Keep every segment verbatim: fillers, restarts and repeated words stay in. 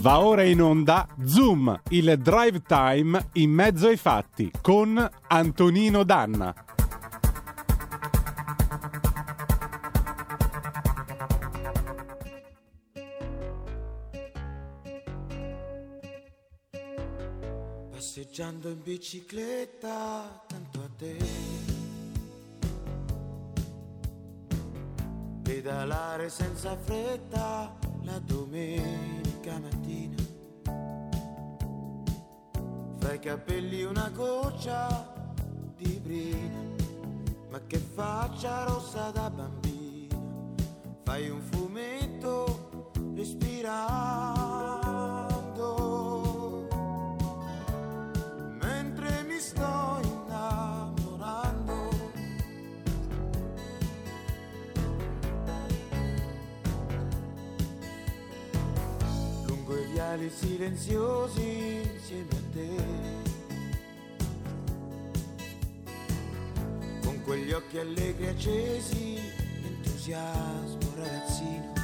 Va ora in onda Zoom, il drive time in mezzo ai fatti con Antonino Danna. Passeggiando in bicicletta tanto a te, pedalare senza fretta la domenica mattina, fra i capelli una goccia di brina, ma che faccia rossa da bambina, fai un fumetto respirando, mentre mi sto innamorando. Lungo i viali silenziosi insieme a te, con quegli occhi allegri accesi, entusiasmo ragazzino,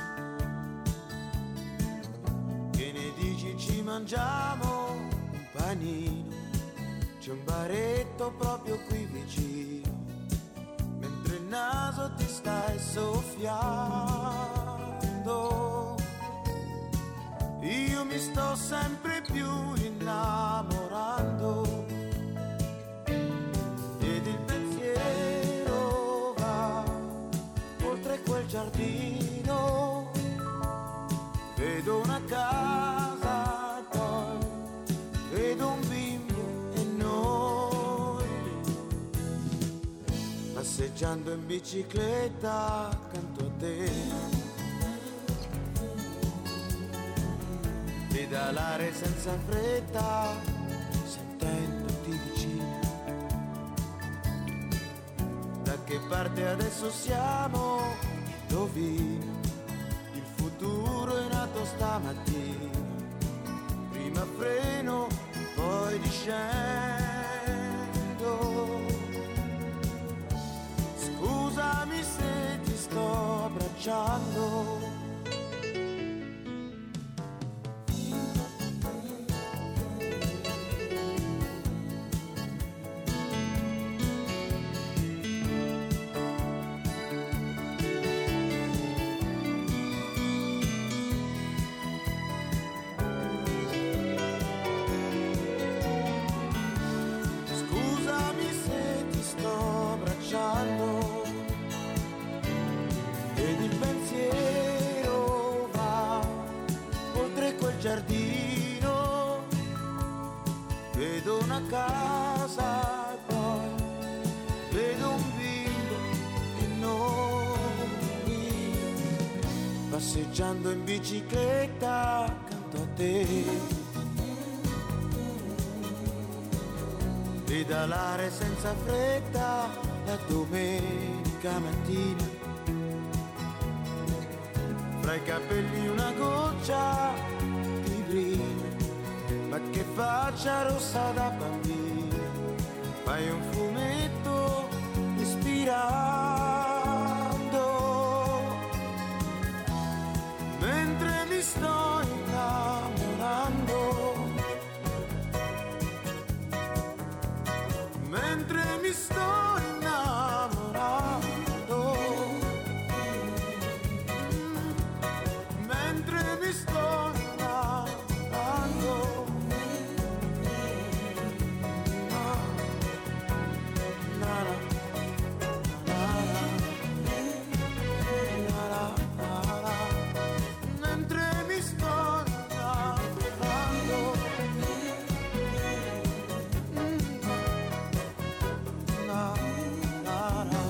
che ne dici ci mangiamo un panino, c'è un baretto proprio qui vicino, mentre il naso ti stai soffiando, io mi sto sempre più innamorando, ed il pensiero va oltre quel giardino, vedo una casa, poi vedo un bimbo e noi, passeggiando in bicicletta accanto a te, pedalare senza fretta, sentendoti vicina. Da che parte adesso siamo? Indovina, il futuro è nato stamattina. Prima freno, poi discendo. Scusami se ti sto abbracciando. Ed il pensiero va oltre quel giardino, vedo una casa, poi vedo un bimbo e noi, passeggiando in bicicletta accanto a te, pedalare senza fretta la domenica mattina, fra i capelli una goccia di brina, ma che faccia rossa da bambina, fai un fumetto ispirando, mentre mi sto innamorando, mentre mi sto innamorando, mentre mi sto innamorando. Na, na, na, na, na, na, na, mentre mi sto innamorando. Na, na, na.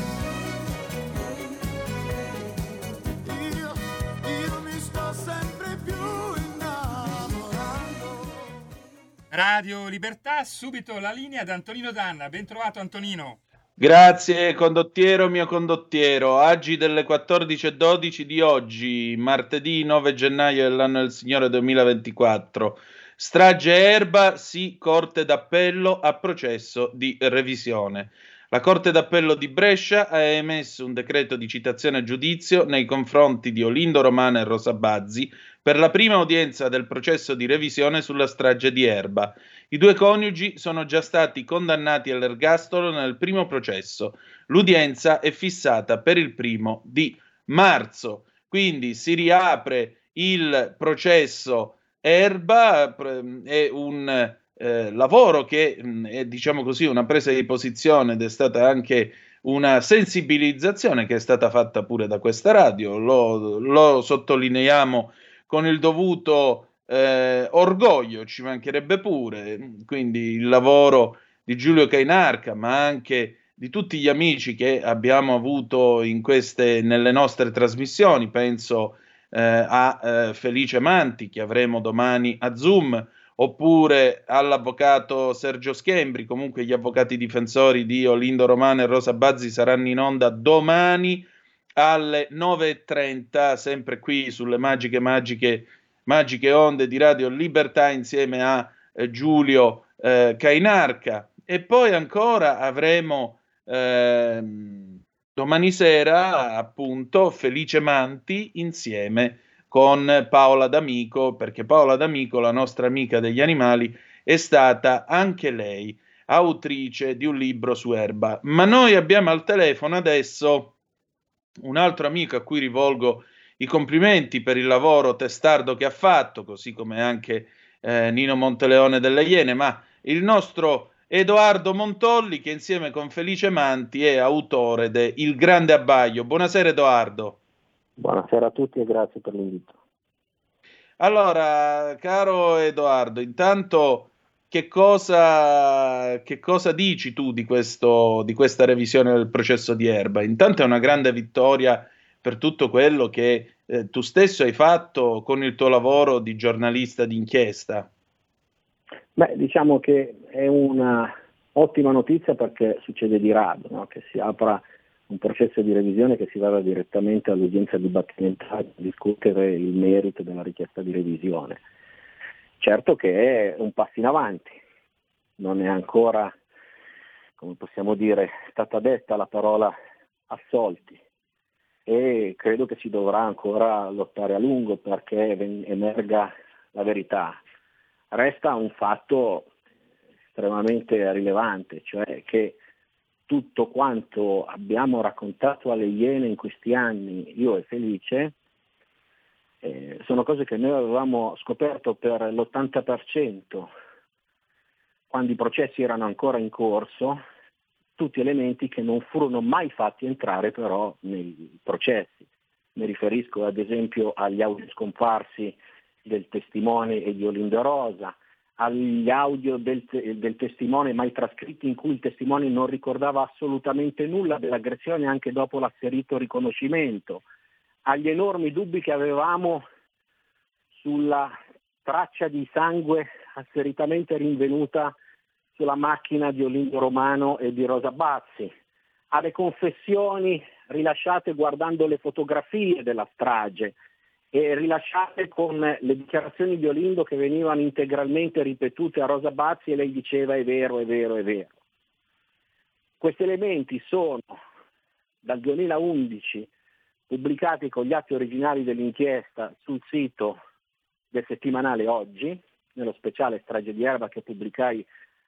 Io, io mi sto sempre più innamorando. Radio Libertà, subito la linea ad Antonino Danna. Ben trovato Antonino. Grazie condottiero mio condottiero. Aggi delle quattordici e dodici di oggi, martedì nove gennaio dell'anno del Signore duemilaventiquattro. Strage Erba, sì, corte d'appello a processo di revisione. La Corte d'Appello di Brescia ha emesso un decreto di citazione a giudizio nei confronti di Olindo Romano e Rosa Bazzi per la prima udienza del processo di revisione sulla strage di Erba. I due coniugi sono già stati condannati all'ergastolo nel primo processo. L'udienza è fissata per il primo di marzo. Quindi si riapre il processo Erba, è un eh, lavoro che mh, è, diciamo così, una presa di posizione ed è stata anche una sensibilizzazione che è stata fatta pure da questa radio, lo, lo sottolineiamo con il dovuto eh, orgoglio, ci mancherebbe pure, quindi il lavoro di Giulio Cainarca, ma anche di tutti gli amici che abbiamo avuto in queste, nelle nostre trasmissioni, penso eh, a eh, Felice Manti che avremo domani a Zoom, oppure all'avvocato Sergio Schembri. Comunque gli avvocati difensori di Olindo Romano e Rosa Bazzi saranno in onda domani alle nove e trenta, sempre qui sulle magiche, magiche, magiche onde di Radio Libertà, insieme a eh, Giulio eh, Cainarca. E poi ancora avremo eh, domani sera, appunto, Felice Manti insieme con Paola D'Amico, perché Paola D'Amico, la nostra amica degli animali, è stata anche lei autrice di un libro su Erba. Ma noi abbiamo al telefono adesso un altro amico a cui rivolgo i complimenti per il lavoro testardo che ha fatto, così come anche eh, Nino Monteleone delle Iene, ma il nostro Edoardo Montolli, che insieme con Felice Manti è autore de Il Grande Abbaglio. Buonasera Edoardo. Buonasera a tutti e grazie per l'invito. Allora, caro Edoardo, intanto che cosa, che cosa dici tu di questo, di questa revisione del processo di Erba? Intanto è una grande vittoria per tutto quello che eh, tu stesso hai fatto con il tuo lavoro di giornalista d'inchiesta. Beh, diciamo che è una ottima notizia perché succede di rado, no? Che si apra un processo di revisione, che si vada direttamente all'udienza dibattimentale a discutere il merito della richiesta di revisione. Certo che è un passo in avanti, non è ancora, come possiamo dire, stata detta la parola assolti, e credo che si dovrà ancora lottare a lungo perché emerga la verità. Resta un fatto estremamente rilevante, cioè che tutto quanto abbiamo raccontato alle Iene in questi anni, io e Felice, eh, sono cose che noi avevamo scoperto per l'ottanta per cento quando i processi erano ancora in corso, tutti elementi che non furono mai fatti entrare però nei processi. Mi riferisco ad esempio agli audio scomparsi del testimone e di Olindo Rosa, agli audio del, del testimone mai trascritti in cui il testimone non ricordava assolutamente nulla dell'aggressione anche dopo l'asserito riconoscimento, agli enormi dubbi che avevamo sulla traccia di sangue asseritamente rinvenuta sulla macchina di Olindo Romano e di Rosa Bazzi, alle confessioni rilasciate guardando le fotografie della strage e rilasciate con le dichiarazioni di Olindo che venivano integralmente ripetute a Rosa Bazzi e lei diceva è vero, è vero, è vero. Questi elementi sono dal duemilaundici pubblicati con gli atti originali dell'inchiesta sul sito del settimanale Oggi, nello speciale Strage di Erba che pubblicai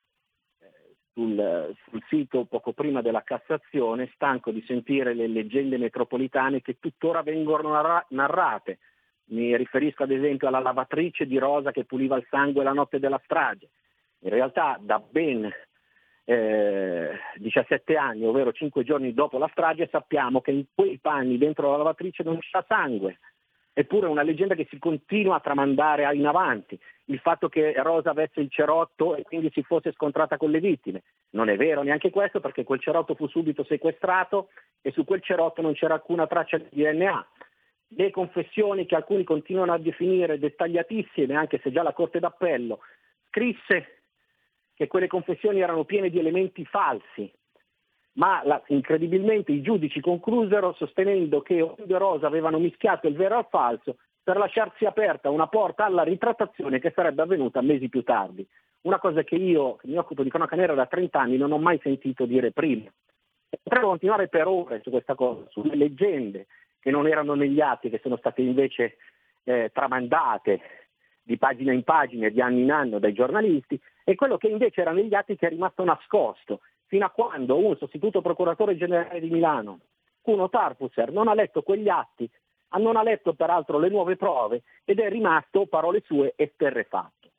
sul, sul sito poco prima della Cassazione, stanco di sentire le leggende metropolitane che tuttora vengono narra- narrate. Mi riferisco ad esempio alla lavatrice di Rosa che puliva il sangue la notte della strage. In realtà da ben eh, diciassette anni, ovvero cinque giorni dopo la strage, sappiamo che in quei panni dentro la lavatrice non c'è sangue. Eppure è una leggenda che si continua a tramandare in avanti. Il fatto che Rosa avesse il cerotto e quindi si fosse scontrata con le vittime. Non è vero neanche questo, perché quel cerotto fu subito sequestrato e su quel cerotto non c'era alcuna traccia di D N A. Le confessioni che alcuni continuano a definire dettagliatissime, anche se già la Corte d'Appello scrisse che quelle confessioni erano piene di elementi falsi, ma la, incredibilmente i giudici conclusero sostenendo che Olindo e Rosa avevano mischiato il vero al falso per lasciarsi aperta una porta alla ritrattazione che sarebbe avvenuta mesi più tardi. una cosa che io, che mi occupo di cronaca nera da trenta anni, non ho mai sentito dire prima. Potrei continuare per ore su questa cosa, sulle leggende che non erano negli atti, che sono state invece eh, tramandate di pagina in pagina, di anno in anno dai giornalisti, e quello che invece era negli atti che è rimasto nascosto, fino a quando un sostituto procuratore generale di Milano, Cuno Tarfusser, non ha letto quegli atti, non ha letto peraltro le nuove prove ed è rimasto, parole sue, esterrefatto.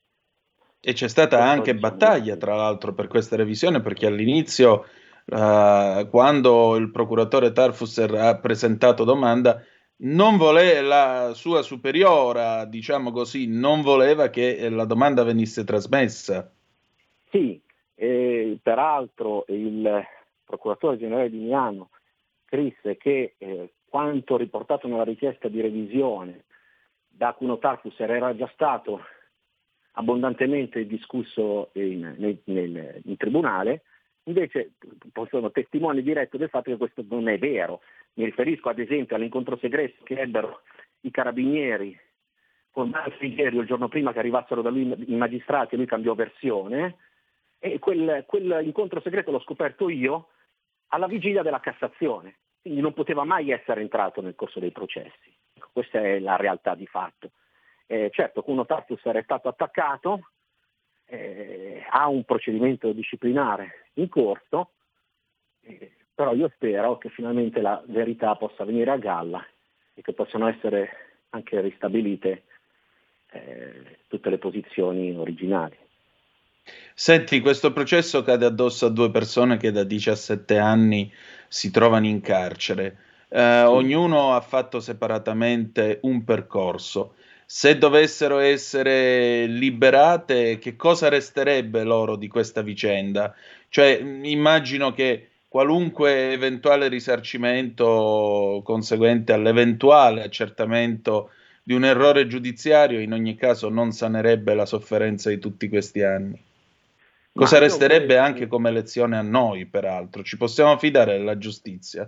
E c'è stata anche battaglia, tra l'altro, per questa revisione, perché all'inizio, uh, quando il procuratore Tarfusser ha presentato domanda, non voleva, la sua superiora, diciamo così, non voleva che la domanda venisse trasmessa. Sì, eh, peraltro il procuratore generale di Milano scrisse che eh, quanto riportato nella richiesta di revisione da Cuno Tarfusser era già stato abbondantemente discusso in, nel, nel, in tribunale, invece sono testimone diretto del fatto che questo non è vero. Mi riferisco ad esempio all'incontro segreto che ebbero i carabinieri con Mario Frigerio il giorno prima che arrivassero da lui i magistrati, e lui cambiò versione, e quel, quel incontro segreto l'ho scoperto io alla vigilia della Cassazione, quindi non poteva mai essere entrato nel corso dei processi. Questa è la realtà di fatto. Eh, certo, Cuno Tarfusser è stato attaccato, eh, ha un procedimento disciplinare in corso, eh, però io spero che finalmente la verità possa venire a galla e che possano essere anche ristabilite eh, tutte le posizioni originali. Senti, questo processo cade addosso a due persone che da diciassette anni si trovano in carcere. Eh, Sì. Ognuno ha fatto separatamente un percorso. Se dovessero essere liberate, che cosa resterebbe loro di questa vicenda? Cioè, immagino che qualunque eventuale risarcimento conseguente all'eventuale accertamento di un errore giudiziario, in ogni caso non sanerebbe la sofferenza di tutti questi anni. Cosa Ma io resterebbe credo- anche come lezione a noi, peraltro? Ci possiamo fidare della giustizia?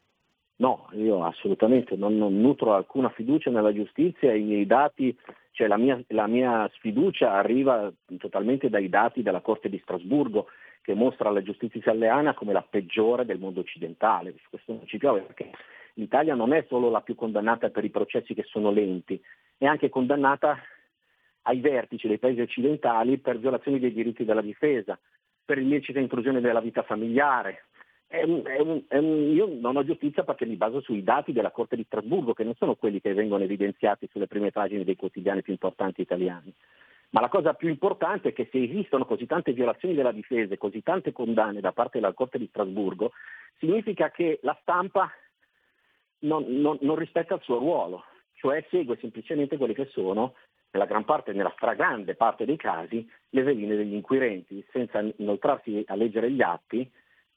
No, io assolutamente non, non nutro alcuna fiducia nella giustizia, i miei dati, cioè la mia, la mia sfiducia arriva totalmente dai dati della Corte di Strasburgo, che mostra la giustizia italiana come la peggiore del mondo occidentale. Questo non ci piove, perché l'Italia non è solo la più condannata per i processi che sono lenti, è anche condannata ai vertici dei paesi occidentali per violazioni dei diritti della difesa, per illecita intrusione della vita familiare. È un, è un, è un, io non ho giustizia perché mi baso sui dati della Corte di Strasburgo, che non sono quelli che vengono evidenziati sulle prime pagine dei quotidiani più importanti italiani. Ma la cosa più importante è che se esistono così tante violazioni della difesa e così tante condanne da parte della Corte di Strasburgo, significa che la stampa non, non, non rispetta il suo ruolo, cioè segue semplicemente quelle che sono, nella gran parte, nella stragrande parte dei casi, le veline degli inquirenti, senza inoltrarsi a leggere gli atti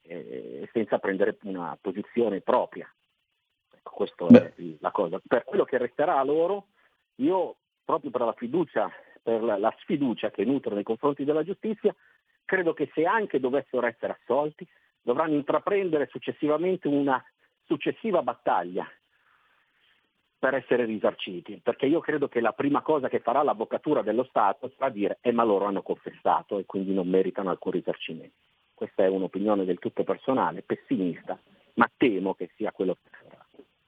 e senza prendere una posizione propria. Ecco, questa è la cosa. Per quello che resterà a loro, io proprio per la fiducia, per la, la sfiducia che nutro nei confronti della giustizia, credo che se anche dovessero essere assolti, dovranno intraprendere successivamente una successiva battaglia per essere risarciti, perché io credo che la prima cosa che farà l'avvocatura dello Stato sarà dire eh ma loro hanno confessato e quindi non meritano alcun risarcimento. Questa è un'opinione del tutto personale, pessimista, ma temo che sia quello che sarà.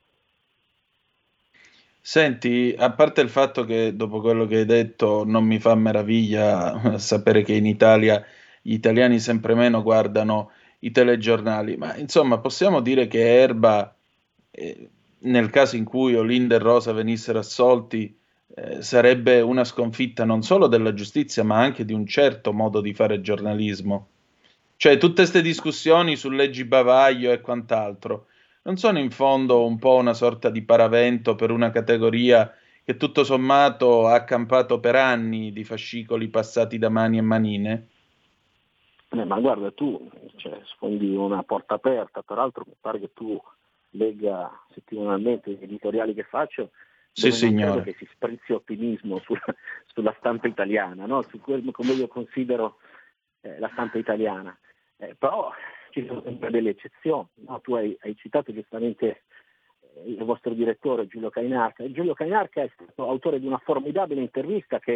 Senti, a parte il fatto che dopo quello che hai detto non mi fa meraviglia sapere che in Italia gli italiani sempre meno guardano i telegiornali, ma insomma possiamo dire che Erba, eh, nel caso in cui Olinda e Rosa venissero assolti, eh, sarebbe una sconfitta non solo della giustizia, ma anche di un certo modo di fare giornalismo. Cioè, tutte queste discussioni su leggi bavaglio e quant'altro non sono in fondo un po' una sorta di paravento per una categoria che tutto sommato ha campato per anni di fascicoli passati da mani e manine? Eh, ma guarda, tu cioè, sfondi una porta aperta, peraltro mi pare che tu legga settimanalmente gli editoriali che faccio, Sì, dove non credo signore. che si sprizzi ottimismo sulla, sulla stampa italiana, no? Su quel, come io considero eh, la stampa italiana. Eh, però ci sono sempre delle eccezioni, no? Tu hai, hai citato giustamente eh, il vostro direttore Giulio Cainarca. Giulio Cainarca è stato autore di una formidabile intervista che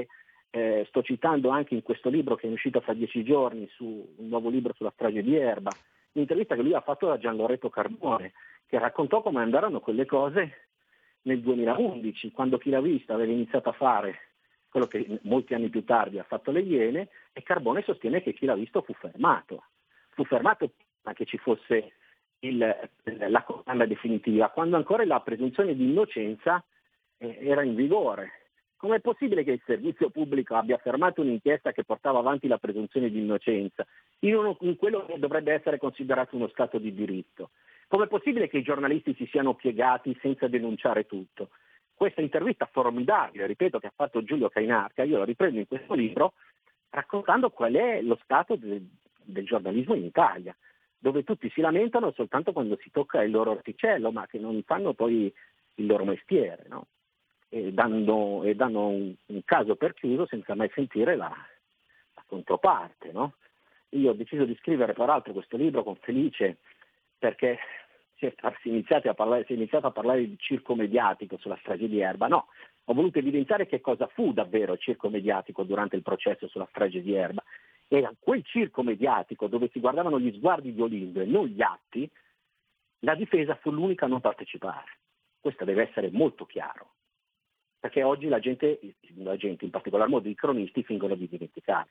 eh, sto citando anche in questo libro che è uscito fra dieci giorni, su un nuovo libro sulla strage di Erba, un'intervista che lui ha fatto a Gian Loreto Carbone, che raccontò come andarono quelle cose nel duemilaundici, quando Chi l'ha vista aveva iniziato a fare quello che molti anni più tardi ha fatto Le Iene, e Carbone sostiene che Chi l'ha visto fu fermato. Fu fermato prima che ci fosse il, la condanna definitiva, quando ancora la presunzione di innocenza eh, era in vigore. Com'è possibile che il servizio pubblico abbia fermato un'inchiesta che portava avanti la presunzione di innocenza in, uno, in quello che dovrebbe essere considerato uno Stato di diritto? Com'è possibile che i giornalisti si siano piegati senza denunciare tutto? Questa intervista formidabile, ripeto, che ha fatto Giulio Cainarca, io la riprendo in questo libro, raccontando qual è lo stato del, del giornalismo in Italia, dove tutti si lamentano soltanto quando si tocca il loro orticello, ma che non fanno poi il loro mestiere, no? E danno, e danno un, un caso per chiuso senza mai sentire la, la controparte, no? Io ho deciso di scrivere peraltro questo libro con Felice perché si è, si, è iniziato a parlare, si è iniziato a parlare di circo mediatico sulla strage di Erba. No, ho voluto evidenziare che cosa fu davvero il circo mediatico durante il processo sulla strage di Erba. E a quel circo mediatico dove si guardavano gli sguardi di Olindo e non gli atti, la difesa fu l'unica a non partecipare. Questo deve essere molto chiaro, perché oggi la gente, la gente in particolar modo i cronisti, fingono di dimenticarlo.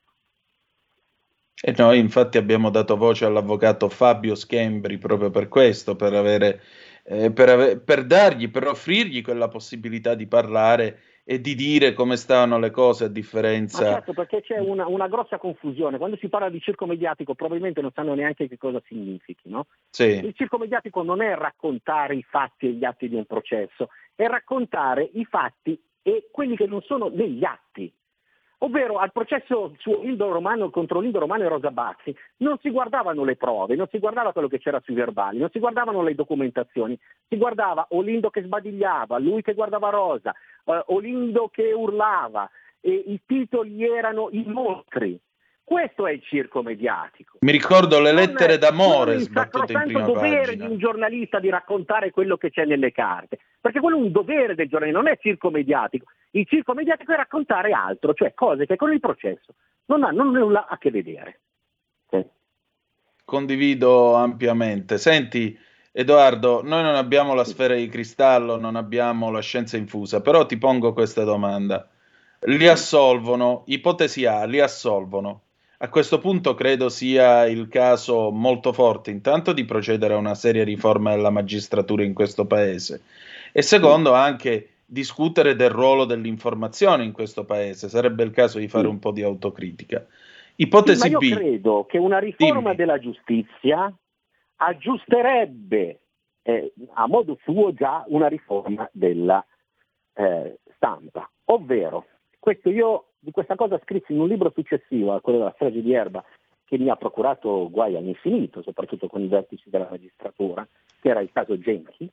E noi infatti abbiamo dato voce all'avvocato Fabio Schembri proprio per questo, per avere, eh, per, ave- per dargli, per offrirgli quella possibilità di parlare e di dire come stavano le cose, a differenza... Ma certo, perché c'è una, una grossa confusione. Quando si parla di circo mediatico probabilmente non sanno neanche che cosa significhi, no? Sì. Il circo mediatico non è raccontare i fatti e gli atti di un processo, è raccontare i fatti e quelli che non sono negli atti. Ovvero al processo su Lindo Romano contro Lindo Romano e Rosa Bazzi non si guardavano le prove, non si guardava quello che c'era sui verbali, non si guardavano le documentazioni, si guardava Olindo che sbadigliava, lui che guardava Rosa, eh, Olindo che urlava, e i titoli erano i mostri. Questo è il circo mediatico. Mi ricordo le lettere non, d'amore non sbattute in prima il dovere pagina. di un giornalista di raccontare quello che c'è nelle carte, perché quello è un dovere del giornalista, non è circo mediatico. Il circo mediatico è raccontare altro, cioè cose che con il processo non hanno nulla a che vedere. Sì. Condivido ampiamente. Senti, Edoardo, noi non abbiamo la sfera di cristallo, non abbiamo la scienza infusa, però ti pongo questa domanda. Li assolvono, ipotesi A, li assolvono. A questo punto credo sia il caso molto forte, intanto di procedere a una seria riforma della magistratura in questo paese e secondo anche discutere del ruolo dell'informazione in questo paese. Sarebbe il caso di fare un po' di autocritica. Ipotesi sì, ma io B. credo che una riforma Dimmi. della giustizia aggiusterebbe eh, a modo suo già una riforma della eh, stampa, ovvero questo io di questa cosa scrissi in un libro successivo a quello della strage di Erba, che mi ha procurato guai all'infinito, soprattutto con i vertici della magistratura, che era il caso Genchi.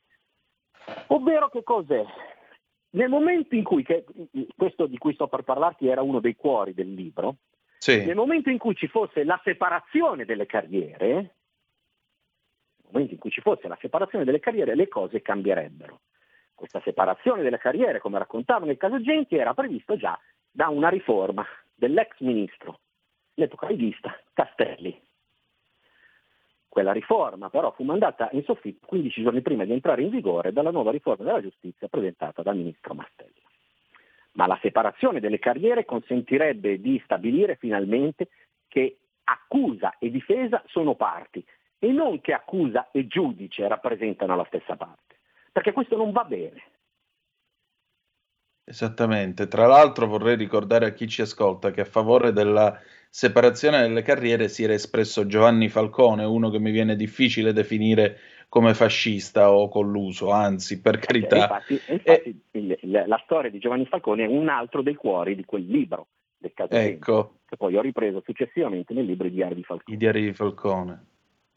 Ovvero che cos'è? Nel momento in cui, che, questo di cui sto per parlarti era uno dei cuori del libro, Sì. nel momento in cui ci fosse la separazione delle carriere, nel momento in cui ci fosse la separazione delle carriere, le cose cambierebbero. Questa separazione delle carriere, come raccontavo nel caso Genchi, era previsto già da una riforma dell'ex ministro, l'epoca leghista, Castelli. Quella riforma però fu mandata in soffitta quindici giorni prima di entrare in vigore dalla nuova riforma della giustizia presentata dal ministro Mastella. Ma la separazione delle carriere consentirebbe di stabilire finalmente che accusa e difesa sono parti e non che accusa e giudice rappresentano la stessa parte, perché questo non va bene. Esattamente. Tra l'altro vorrei ricordare a chi ci ascolta che a favore della separazione delle carriere si era espresso Giovanni Falcone, uno che mi viene difficile definire come fascista o colluso, anzi, per carità. E infatti, e infatti e... il, il, la storia di Giovanni Falcone è un altro dei cuori di quel libro del caso ecco. Genchi, che poi ho ripreso successivamente nel libro I diari di Falcone. I diari di Falcone.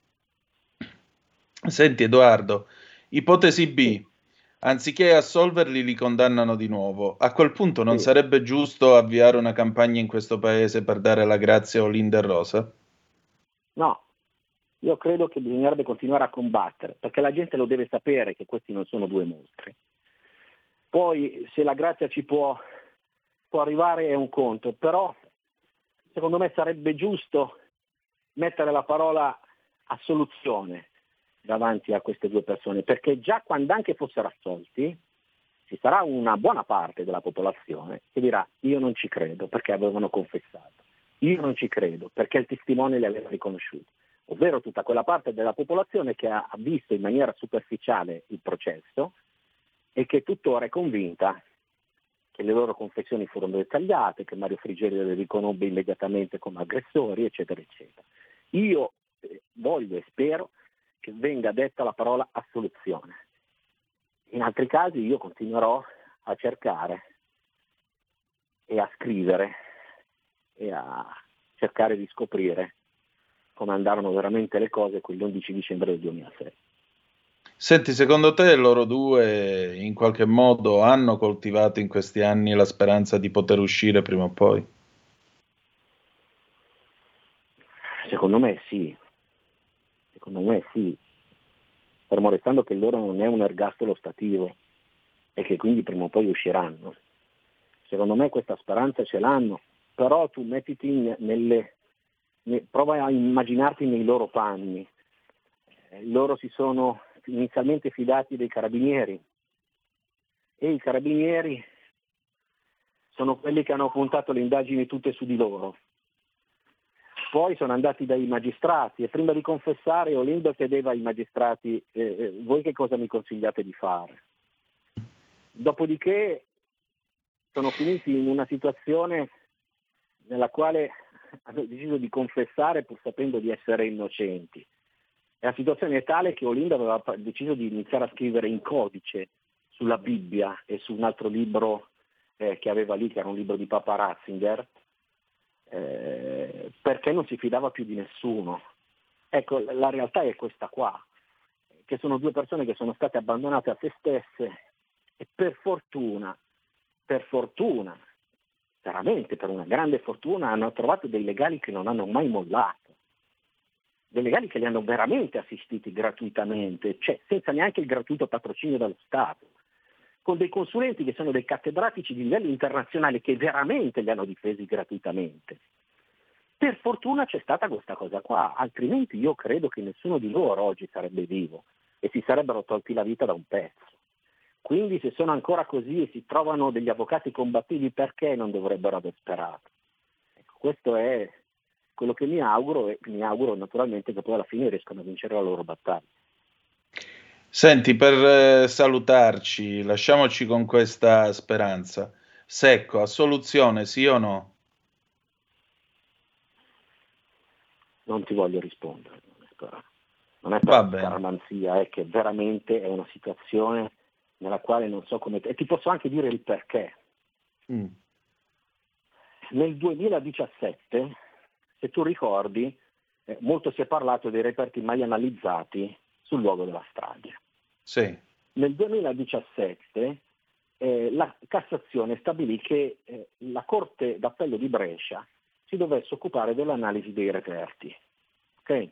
Senti Edoardo, ipotesi B. Sì. Anziché assolverli, li condannano di nuovo. A quel punto non sì. sarebbe giusto avviare una campagna in questo paese per dare la grazia a Olindo e Rosa? No, io credo che bisognerebbe continuare a combattere, perché la gente lo deve sapere che questi non sono due mostri. Poi, se la grazia ci può può arrivare è un conto, però secondo me sarebbe giusto mettere la parola assoluzione davanti a queste due persone, perché già quando anche fossero assolti ci sarà una buona parte della popolazione che dirà io non ci credo perché avevano confessato, io non ci credo perché il testimone li aveva riconosciuti, ovvero tutta quella parte della popolazione che ha visto in maniera superficiale il processo e che tuttora è convinta che le loro confessioni furono dettagliate, che Mario Frigerio li riconobbe immediatamente come aggressori, eccetera, eccetera. Io voglio e spero che venga detta la parola assoluzione. In altri casi io continuerò a cercare e a scrivere e a cercare di scoprire come andarono veramente le cose quell'undici dicembre del duemilasei. Senti, secondo te loro due in qualche modo hanno coltivato in questi anni la speranza di poter uscire prima o poi? Secondo me sì, secondo me sì, fermo restando che il loro non è un ergastolo stativo e che quindi prima o poi usciranno. Secondo me questa speranza ce l'hanno, però tu mettiti nelle, ne, prova a immaginarti nei loro panni. Eh, loro si sono inizialmente fidati dei carabinieri e i carabinieri sono quelli che hanno puntato le indagini tutte su di loro. Poi sono andati dai magistrati e prima di confessare Olindo chiedeva ai magistrati eh, eh, voi che cosa mi consigliate di fare? Dopodiché sono finiti in una situazione nella quale hanno deciso di confessare pur sapendo di essere innocenti. E la situazione è tale che Olindo aveva deciso di iniziare a scrivere in codice sulla Bibbia e su un altro libro eh, che aveva lì, che era un libro di Papa Ratzinger, Eh, perché non si fidava più di nessuno. Ecco, la realtà è questa qua, che sono due persone che sono state abbandonate a se stesse e per fortuna, per fortuna, veramente per una grande fortuna, hanno trovato dei legali che non hanno mai mollato, dei legali che li hanno veramente assistiti gratuitamente, cioè senza neanche il gratuito patrocinio dallo Stato, con dei consulenti che sono dei cattedratici di livello internazionale che veramente li hanno difesi gratuitamente. Per fortuna c'è stata questa cosa qua, altrimenti io credo che nessuno di loro oggi sarebbe vivo e si sarebbero tolti la vita da un pezzo. Quindi se sono ancora così e si trovano degli avvocati combattivi, perché non dovrebbero aver sperato? Ecco, questo è quello che mi auguro e mi auguro naturalmente che poi alla fine riescano a vincere la loro battaglia. Senti, per eh, salutarci, lasciamoci con questa speranza. Secco, assoluzione, sì o no? Non ti voglio rispondere, non è per, non è per scaramanzia, è che veramente è una situazione nella quale non so come... E ti posso anche dire il perché. Mm. Nel duemiladiciassette, se tu ricordi, eh, molto si è parlato dei reperti mai analizzati sul luogo della strage. Sì. Nel duemiladiciassette eh, la Cassazione stabilì che eh, la Corte d'Appello di Brescia si dovesse occupare dell'analisi dei reperti. Okay?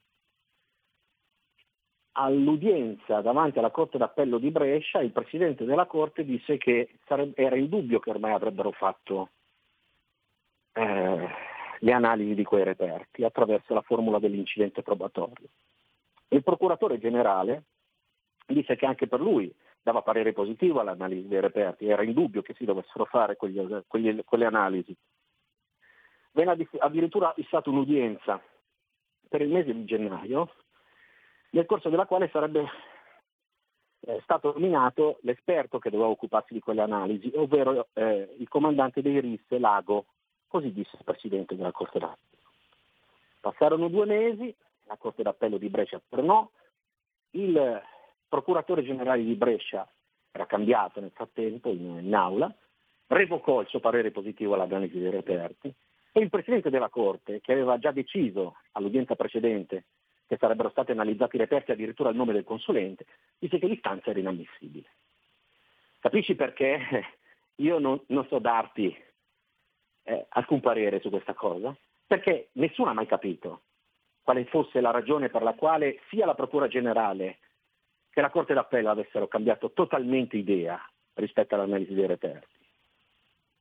All'udienza davanti alla Corte d'Appello di Brescia il Presidente della Corte disse che sarebbe, era indubbio che ormai avrebbero fatto eh, le analisi di quei reperti attraverso la formula dell'incidente probatorio. Il Procuratore Generale disse che anche per lui dava parere positivo all'analisi dei reperti, era indubbio che si dovessero fare quegli, quegli, quelle analisi. Venne addirittura fissata un'udienza per il mese di gennaio, nel corso della quale sarebbe eh, stato nominato l'esperto che doveva occuparsi di quelle analisi, ovvero eh, il comandante dei R I S Lago, così disse il Presidente della Corte d'Appello. Passarono due mesi, la Corte d'Appello di Brescia tornò, il Procuratore Generale di Brescia era cambiato nel frattempo in, in aula, revocò il suo parere positivo all'analisi dei reperti e il Presidente della Corte, che aveva già deciso all'udienza precedente che sarebbero stati analizzati i reperti addirittura al nome del consulente, dice che l'istanza era inammissibile. Capisci perché io non, non so darti eh, alcun parere su questa cosa? Perché nessuno ha mai capito quale fosse la ragione per la quale sia la Procura Generale che la Corte d'Appello avessero cambiato totalmente idea rispetto all'analisi dei reperti.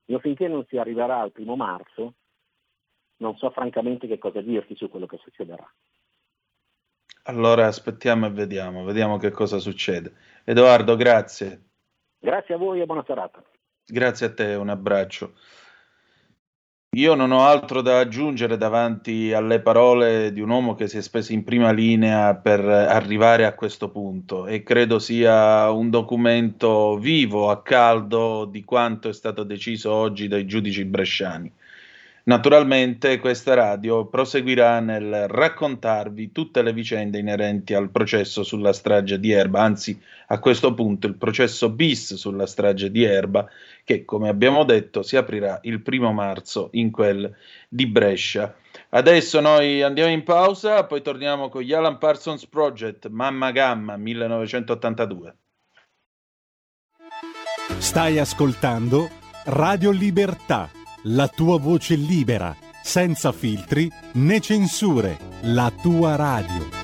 Io finché non si arriverà al primo marzo non so francamente che cosa dirti su quello che succederà. Allora aspettiamo e vediamo, vediamo che cosa succede. Edoardo, grazie. Grazie a voi e buona serata. Grazie a te, un abbraccio. Io non ho altro da aggiungere davanti alle parole di un uomo che si è speso in prima linea per arrivare a questo punto e credo sia un documento vivo, a caldo, di quanto è stato deciso oggi dai giudici bresciani. Naturalmente questa radio proseguirà nel raccontarvi tutte le vicende inerenti al processo sulla strage di Erba, anzi a questo punto il processo bis sulla strage di Erba, che come abbiamo detto si aprirà il primo marzo in quel di Brescia. Adesso noi andiamo in pausa, poi torniamo con gli Alan Parsons Project, Mamma Gamma millenovecentottantadue. Stai ascoltando Radio Libertà, la tua voce libera, senza filtri né censure, la tua radio.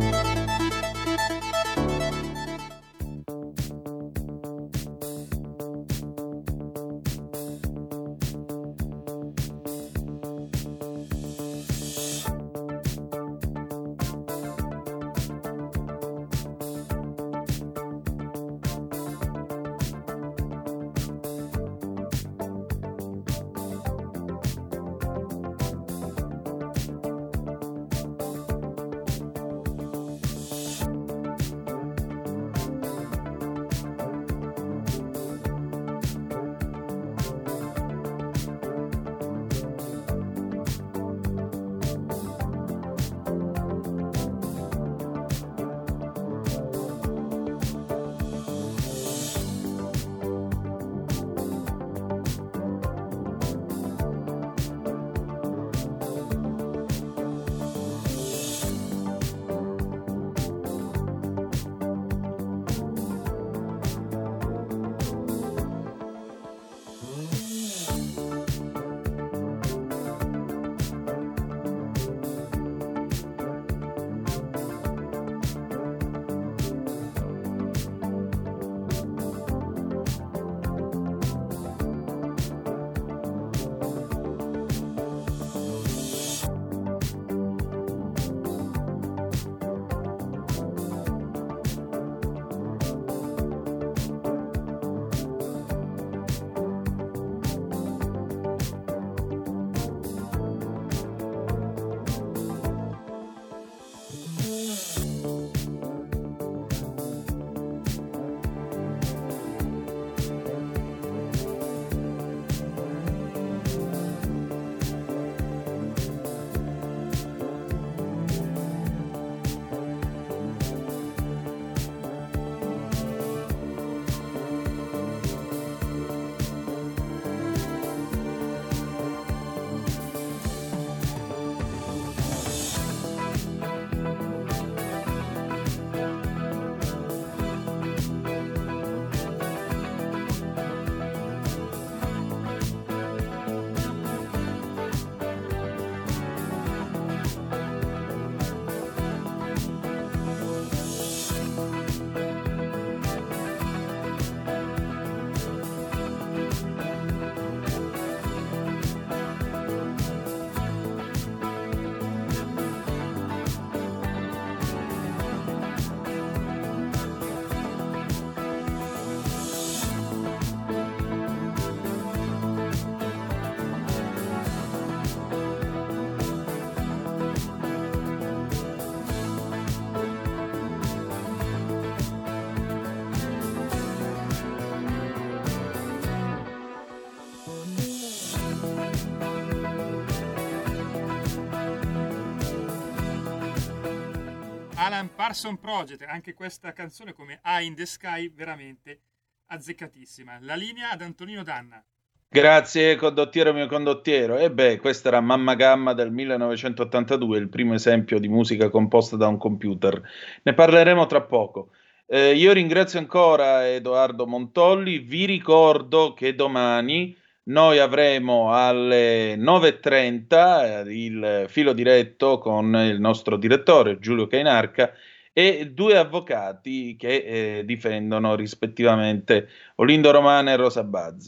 Alan Parsons Project, anche questa canzone come Eye in the Sky veramente azzeccatissima. La linea ad Antonino Danna. Grazie condottiero mio condottiero. E beh, questa era Mamma Gamma del millenovecentottantadue, il primo esempio di musica composta da un computer. Ne parleremo tra poco. Eh, io ringrazio ancora Edoardo Montolli, vi ricordo che domani noi avremo alle nove e trenta eh, il filo diretto con il nostro direttore Giulio Cainarca e due avvocati che eh, difendono rispettivamente Olindo Romana e Rosa Bazzi.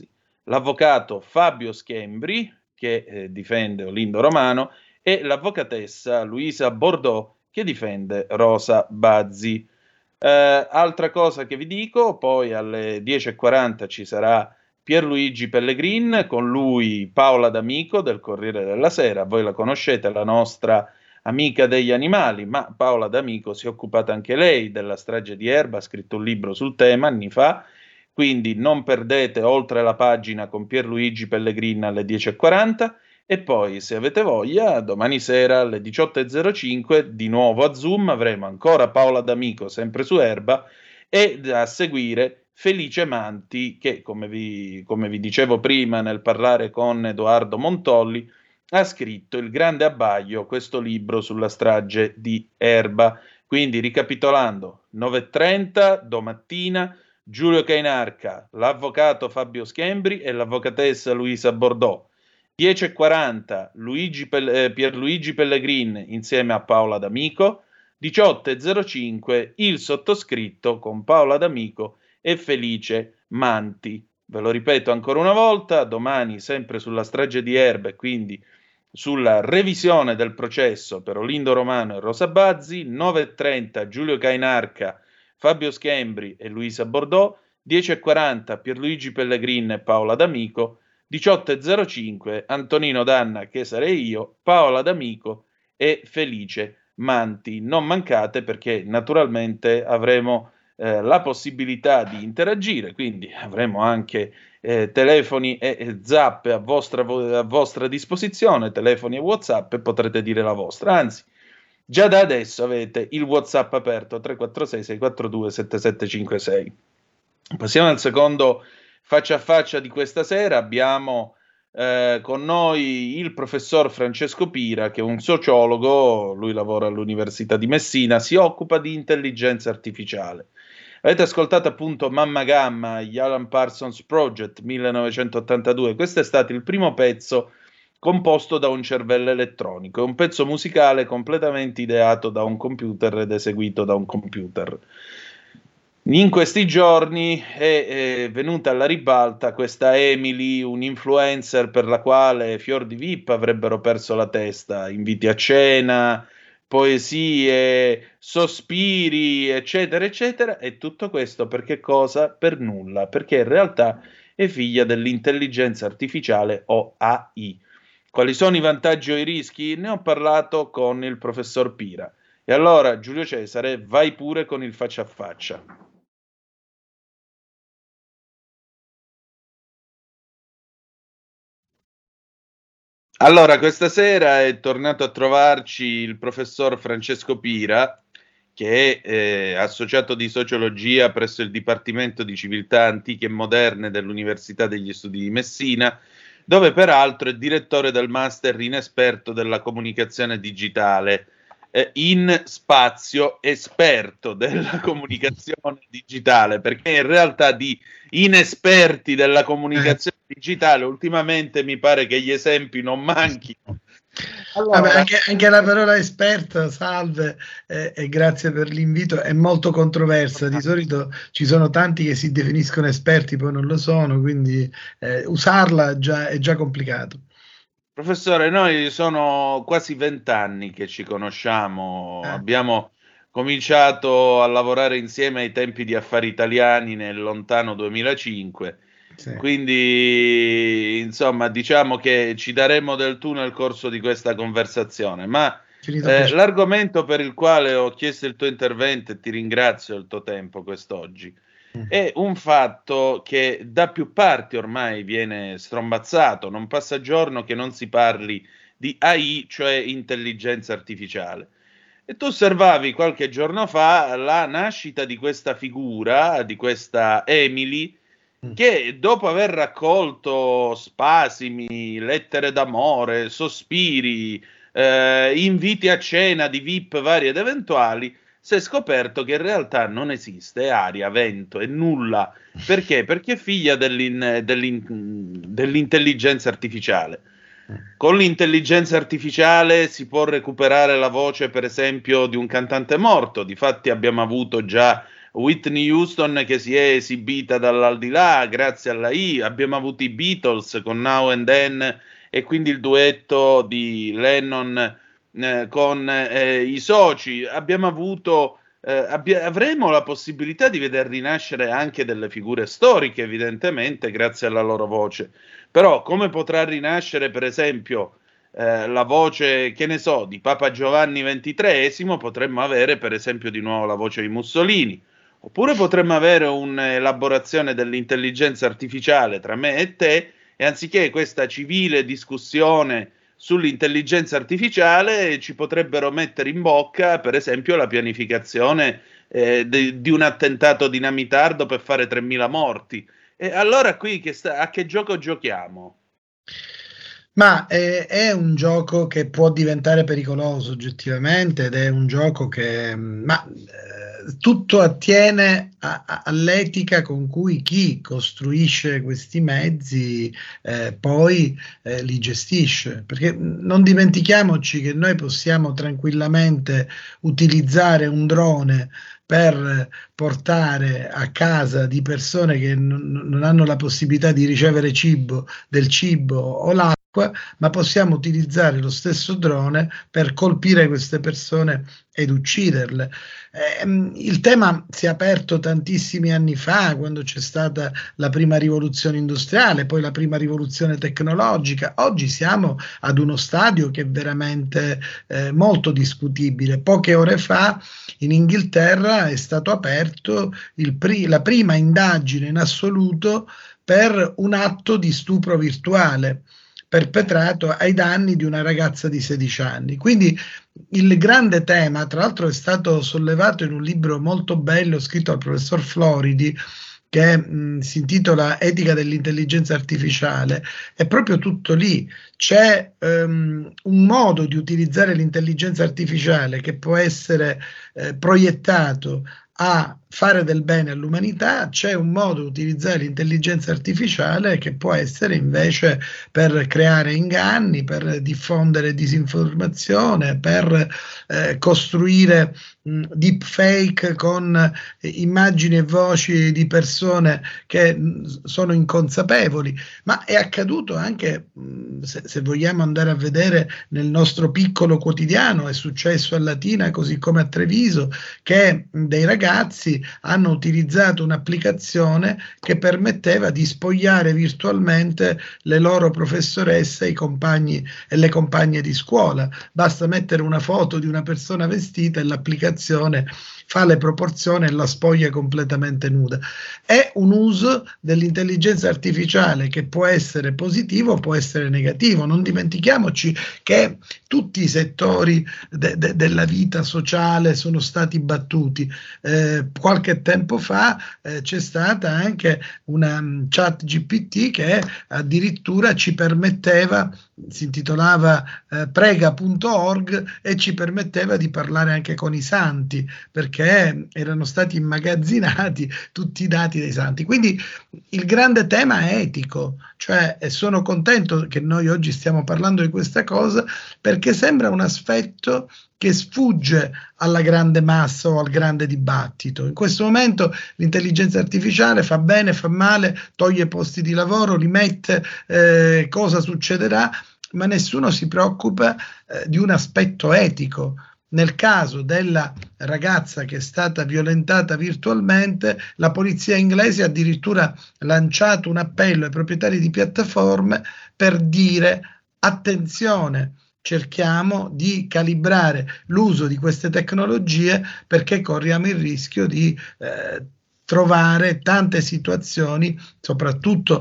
l'avvocato Fabio Schembri, che eh, difende Olindo Romano, e l'avvocatessa Luisa Bordeaux, che difende Rosa Bazzi. Eh, altra cosa che vi dico, poi alle dieci e quaranta ci sarà Pierluigi Pellegrin, con lui Paola D'Amico del Corriere della Sera. Voi la conoscete, la nostra amica degli animali, ma Paola D'Amico si è occupata anche lei della strage di Erba, ha scritto un libro sul tema anni fa, quindi non perdete Oltre la pagina con Pierluigi Pellegrin alle dieci e quaranta. E poi, se avete voglia, domani sera alle diciotto e zero cinque, di nuovo a Zoom, avremo ancora Paola D'Amico, sempre su Erba, e a seguire Felice Manti, che, come vi, come vi dicevo prima nel parlare con Edoardo Montolli, ha scritto Il grande abbaglio, questo libro sulla strage di Erba. Quindi, ricapitolando, nove e trenta, domattina, Giulio Cainarca, l'avvocato Fabio Schembri e l'avvocatessa Luisa Bordeaux. dieci e quaranta Luigi Pel- eh, Pierluigi Pellegrin insieme a Paola D'Amico, diciotto e zero cinque il sottoscritto con Paola D'Amico e Felice Manti. Ve lo ripeto ancora una volta, domani sempre sulla strage di Erba e quindi sulla revisione del processo per Olindo Romano e Rosa Bazzi, nove e trenta Giulio Cainarca, Fabio Schembri e Luisa Bordeaux, dieci e quaranta Pierluigi Pellegrin e Paola D'Amico, diciotto e zero cinque Antonino Danna, che sarei io, Paola D'Amico e Felice Manti. Non mancate, perché naturalmente avremo eh, la possibilità di interagire, quindi avremo anche eh, telefoni e, e zap a vostra, a vostra disposizione, telefoni e WhatsApp, e potrete dire la vostra. Anzi, già da adesso avete il WhatsApp aperto tre quattro sei sei quattro due sette sette cinque sei. Passiamo al secondo faccia a faccia di questa sera. Abbiamo eh, con noi il professor Francesco Pira, che è un sociologo, lui lavora all'Università di Messina, si occupa di intelligenza artificiale. Avete ascoltato appunto Mamma Gamma, gli Alan Parsons Project millenovecentottantadue. Questo è stato il primo pezzo composto da un cervello elettronico, è un pezzo musicale completamente ideato da un computer ed eseguito da un computer. In questi giorni è, è venuta alla ribalta questa Emily, un influencer per la quale fior di V I P avrebbero perso la testa, inviti a cena, poesie, sospiri, eccetera, eccetera, e tutto questo per che cosa? Per nulla, perché in realtà è figlia dell'intelligenza artificiale o A I. Quali sono i vantaggi o i rischi? Ne ho parlato con il professor Pira. E allora, Giulio Cesare, vai pure con il faccia a faccia. Allora, questa sera è tornato a trovarci il professor Francesco Pira, che è eh, associato di sociologia presso il Dipartimento di Civiltà Antiche e Moderne dell'Università degli Studi di Messina, dove peraltro è direttore del Master in Esperto della Comunicazione Digitale, eh, in spazio esperto della comunicazione digitale, perché in realtà di inesperti della comunicazione digitale ultimamente mi pare che gli esempi non manchino. Allora, Vabbè, anche, anche la parola esperto, salve eh, e grazie per l'invito, è molto controversa. Di solito ci sono tanti che si definiscono esperti, poi non lo sono, quindi eh, usarla già, è già complicato. Professore, noi sono quasi vent'anni che ci conosciamo, eh. abbiamo cominciato a lavorare insieme ai tempi di Affari Italiani nel lontano duemilacinque. Sì. Quindi, insomma, diciamo che ci daremo del tu nel corso di questa conversazione, ma eh, l'argomento per il quale ho chiesto il tuo intervento, e ti ringrazio del tuo tempo quest'oggi, mm. è un fatto che da più parti ormai viene strombazzato, non passa giorno che non si parli di A I, cioè intelligenza artificiale. E tu osservavi qualche giorno fa la nascita di questa figura, di questa Emily, che dopo aver raccolto spasimi, lettere d'amore, sospiri, eh, inviti a cena di V I P vari ed eventuali, si è scoperto che in realtà non esiste, è aria, vento, è nulla. Perché? Perché è figlia dell'in, dell'in, dell'intelligenza artificiale. Con l'intelligenza artificiale si può recuperare la voce, per esempio, di un cantante morto. Difatti abbiamo avuto già Whitney Houston che si è esibita dall'aldilà grazie alla I, abbiamo avuto i Beatles con Now and Then e quindi il duetto di Lennon eh, con eh, i soci, abbiamo avuto eh, abbia- avremo la possibilità di veder rinascere anche delle figure storiche, evidentemente grazie alla loro voce, però come potrà rinascere per esempio Eh, la voce, che ne so, di Papa Giovanni ventitreesimo, potremmo avere per esempio di nuovo la voce di Mussolini, oppure potremmo avere un'elaborazione dell'intelligenza artificiale tra me e te, e anziché questa civile discussione sull'intelligenza artificiale ci potrebbero mettere in bocca per esempio la pianificazione eh, de, di un attentato dinamitardo per fare tremila morti. E allora qui che sta, a che gioco giochiamo? Ma è, è un gioco che può diventare pericoloso oggettivamente, ed è un gioco che ma, eh, tutto attiene a, a, all'etica con cui chi costruisce questi mezzi eh, poi eh, li gestisce, perché non dimentichiamoci che noi possiamo tranquillamente utilizzare un drone per portare a casa di persone che non, non hanno la possibilità di ricevere cibo, del cibo o l'acqua, ma possiamo utilizzare lo stesso drone per colpire queste persone ed ucciderle. Eh, il tema si è aperto tantissimi anni fa, quando c'è stata la prima rivoluzione industriale, poi la prima rivoluzione tecnologica. Oggi siamo ad uno stadio che è veramente eh, molto discutibile. Poche ore fa in Inghilterra è stato aperto il pri- la prima indagine in assoluto per un atto di stupro virtuale perpetrato ai danni di una ragazza di sedici anni. Quindi il grande tema, tra l'altro è stato sollevato in un libro molto bello scritto dal professor Floridi, che mh, si intitola Etica dell'intelligenza artificiale, è proprio tutto lì. C'è um, un modo di utilizzare l'intelligenza artificiale che può essere eh, proiettato a fare del bene all'umanità, c'è un modo di utilizzare l'intelligenza artificiale che può essere invece per creare inganni, per diffondere disinformazione, per eh, costruire mh, deepfake con eh, immagini e voci di persone che mh, sono inconsapevoli. Ma è accaduto anche, mh, se, se vogliamo andare a vedere nel nostro piccolo quotidiano, è successo a Latina così come a Treviso, che mh, dei ragazzi hanno utilizzato un'applicazione che permetteva di spogliare virtualmente le loro professoresse, i compagni e le compagne di scuola. Basta mettere una foto di una persona vestita e l'applicazione fa le proporzioni e la spoglia completamente nuda. È un uso dell'intelligenza artificiale che può essere positivo, può essere negativo. Non dimentichiamoci che tutti i settori de- de- della vita sociale sono stati battuti. Eh, qualche tempo fa eh, c'è stata anche una um, chat G P T che addirittura ci permetteva, si intitolava eh, prega punto org, e ci permetteva di parlare anche con i santi, perché erano stati immagazzinati tutti i dati dei santi. Quindi il grande tema è etico, cioè, e sono contento che noi oggi stiamo parlando di questa cosa, perché sembra un aspetto che sfugge alla grande massa o al grande dibattito. In questo momento l'intelligenza artificiale fa bene, fa male, toglie posti di lavoro, li mette, eh, cosa succederà, ma nessuno si preoccupa eh, di un aspetto etico. Nel caso della ragazza che è stata violentata virtualmente, la polizia inglese ha addirittura lanciato un appello ai proprietari di piattaforme per dire: attenzione, cerchiamo di calibrare l'uso di queste tecnologie, perché corriamo il rischio di eh, trovare tante situazioni, soprattutto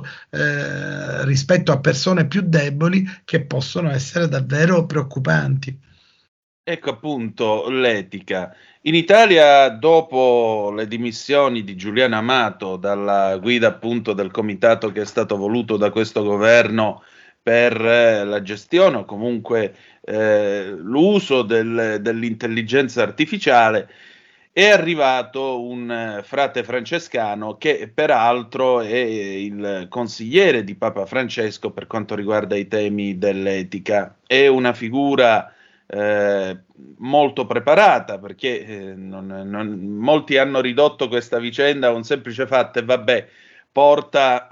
eh, rispetto a persone più deboli, che possono essere davvero preoccupanti. Ecco appunto l'etica. In Italia, dopo le dimissioni di Giuliano Amato dalla guida appunto del comitato che è stato voluto da questo governo per eh, la gestione o comunque eh, l'uso del, dell'intelligenza artificiale, è arrivato un eh, frate francescano che peraltro è il consigliere di Papa Francesco per quanto riguarda i temi dell'etica. È una figura eh, molto preparata, perché eh, non, non, molti hanno ridotto questa vicenda a un semplice fatto e vabbè, porta,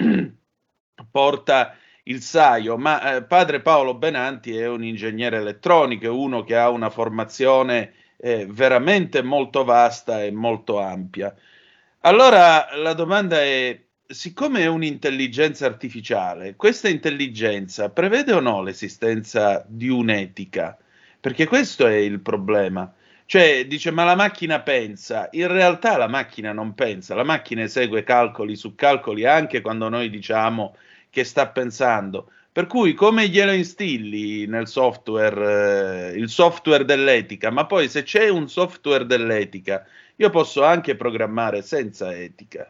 porta il saio, ma eh, padre Paolo Benanti è un ingegnere elettronico, è uno che ha una formazione eh, veramente molto vasta e molto ampia. Allora la domanda è, siccome è un'intelligenza artificiale, questa intelligenza prevede o no l'esistenza di un'etica? Perché questo è il problema. Cioè, dice, ma la macchina pensa. In realtà la macchina non pensa, la macchina esegue calcoli su calcoli anche quando noi diciamo che sta pensando. Per cui come glielo instilli nel software, eh, il software dell'etica, ma poi se c'è un software dell'etica, io posso anche programmare senza etica.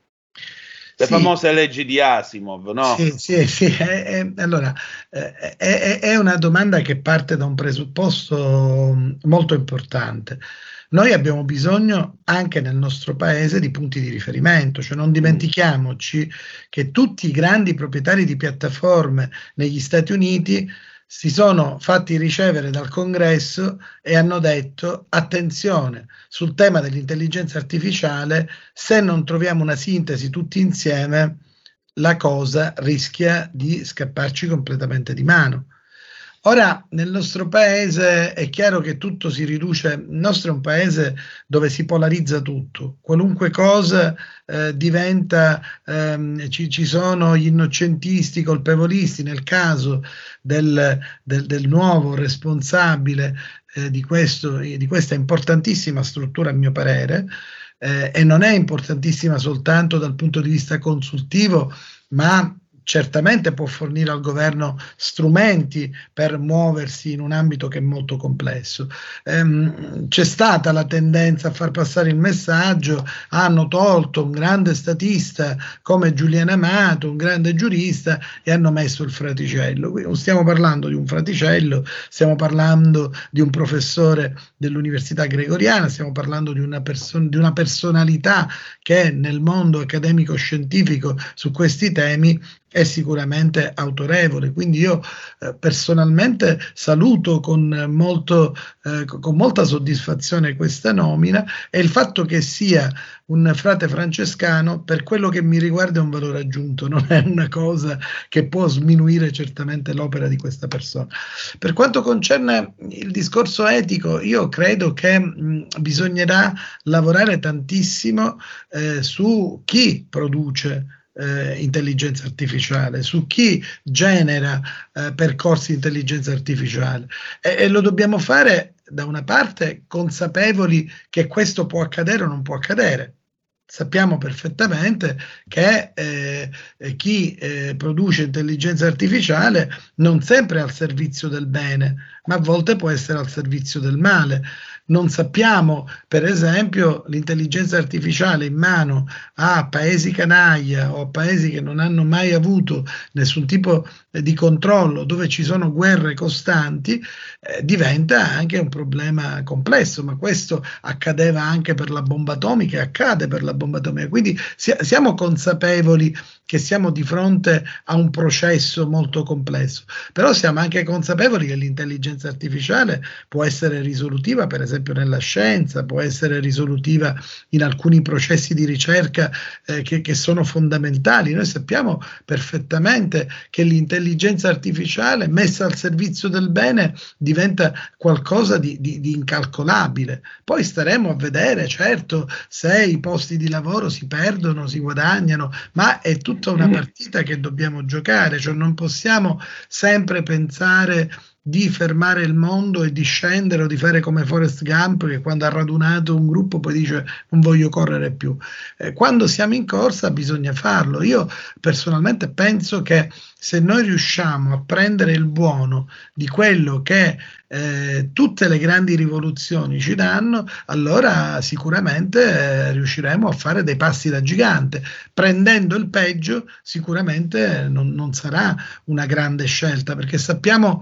Le sì. famose leggi di Asimov, no? Sì, sì, sì. È, è, allora, è, è, è una domanda che parte da un presupposto molto importante. Noi abbiamo bisogno anche nel nostro paese di punti di riferimento, cioè non dimentichiamoci che tutti i grandi proprietari di piattaforme negli Stati Uniti si sono fatti ricevere dal Congresso e hanno detto attenzione sul tema dell'intelligenza artificiale, se non troviamo una sintesi tutti insieme la cosa rischia di scapparci completamente di mano. Ora nel nostro paese è chiaro che tutto si riduce, il nostro è un paese dove si polarizza tutto, qualunque cosa eh, diventa, ehm, ci, ci sono gli innocentisti, i colpevolisti, nel caso del, del, del nuovo responsabile eh, di, questo, di questa importantissima struttura a mio parere, eh, e non è importantissima soltanto dal punto di vista consultivo, ma certamente può fornire al governo strumenti per muoversi in un ambito che è molto complesso. Ehm, c'è stata la tendenza a far passare il messaggio, hanno tolto un grande statista come Giuliano Amato, un grande giurista, e hanno messo il fraticello. Qui non stiamo parlando di un fraticello, stiamo parlando di un professore dell'Università Gregoriana, stiamo parlando di una, perso- di una personalità che nel mondo accademico-scientifico su questi temi è sicuramente autorevole, quindi io eh, personalmente saluto con, molto, eh, con molta soddisfazione questa nomina, e il fatto che sia un frate francescano per quello che mi riguarda è un valore aggiunto, non è una cosa che può sminuire certamente l'opera di questa persona. Per quanto concerne il discorso etico, io credo che mh, bisognerà lavorare tantissimo eh, su chi produce Eh, intelligenza artificiale, su chi genera eh, percorsi di intelligenza artificiale, e, e lo dobbiamo fare da una parte consapevoli che questo può accadere o non può accadere. Sappiamo perfettamente che eh, chi eh, produce intelligenza artificiale non sempre è al servizio del bene, ma a volte può essere al servizio del male. Non sappiamo, per esempio, l'intelligenza artificiale in mano a paesi canaglia o a paesi che non hanno mai avuto nessun tipo di controllo, dove ci sono guerre costanti, eh, diventa anche un problema complesso, ma questo accadeva anche per la bomba atomica e accade per la bomba atomica. Quindi si- siamo consapevoli che siamo di fronte a un processo molto complesso, però siamo anche consapevoli che l'intelligenza artificiale può essere risolutiva, per esempio nella scienza, può essere risolutiva in alcuni processi di ricerca eh, che, che sono fondamentali. Noi sappiamo perfettamente che l'intelligenza artificiale messa al servizio del bene diventa qualcosa di, di, di incalcolabile. Poi staremo a vedere, certo, se i posti di lavoro si perdono, si guadagnano, ma è tutta una partita che dobbiamo giocare, cioè non possiamo sempre pensare di fermare il mondo e di scendere o di fare come Forrest Gump, che quando ha radunato un gruppo poi dice non voglio correre più. Eh, quando siamo in corsa bisogna farlo. Io personalmente penso che se noi riusciamo a prendere il buono di quello che eh, tutte le grandi rivoluzioni ci danno, allora sicuramente eh, riusciremo a fare dei passi da gigante. Prendendo il peggio sicuramente non, non sarà una grande scelta, perché sappiamo perfettamente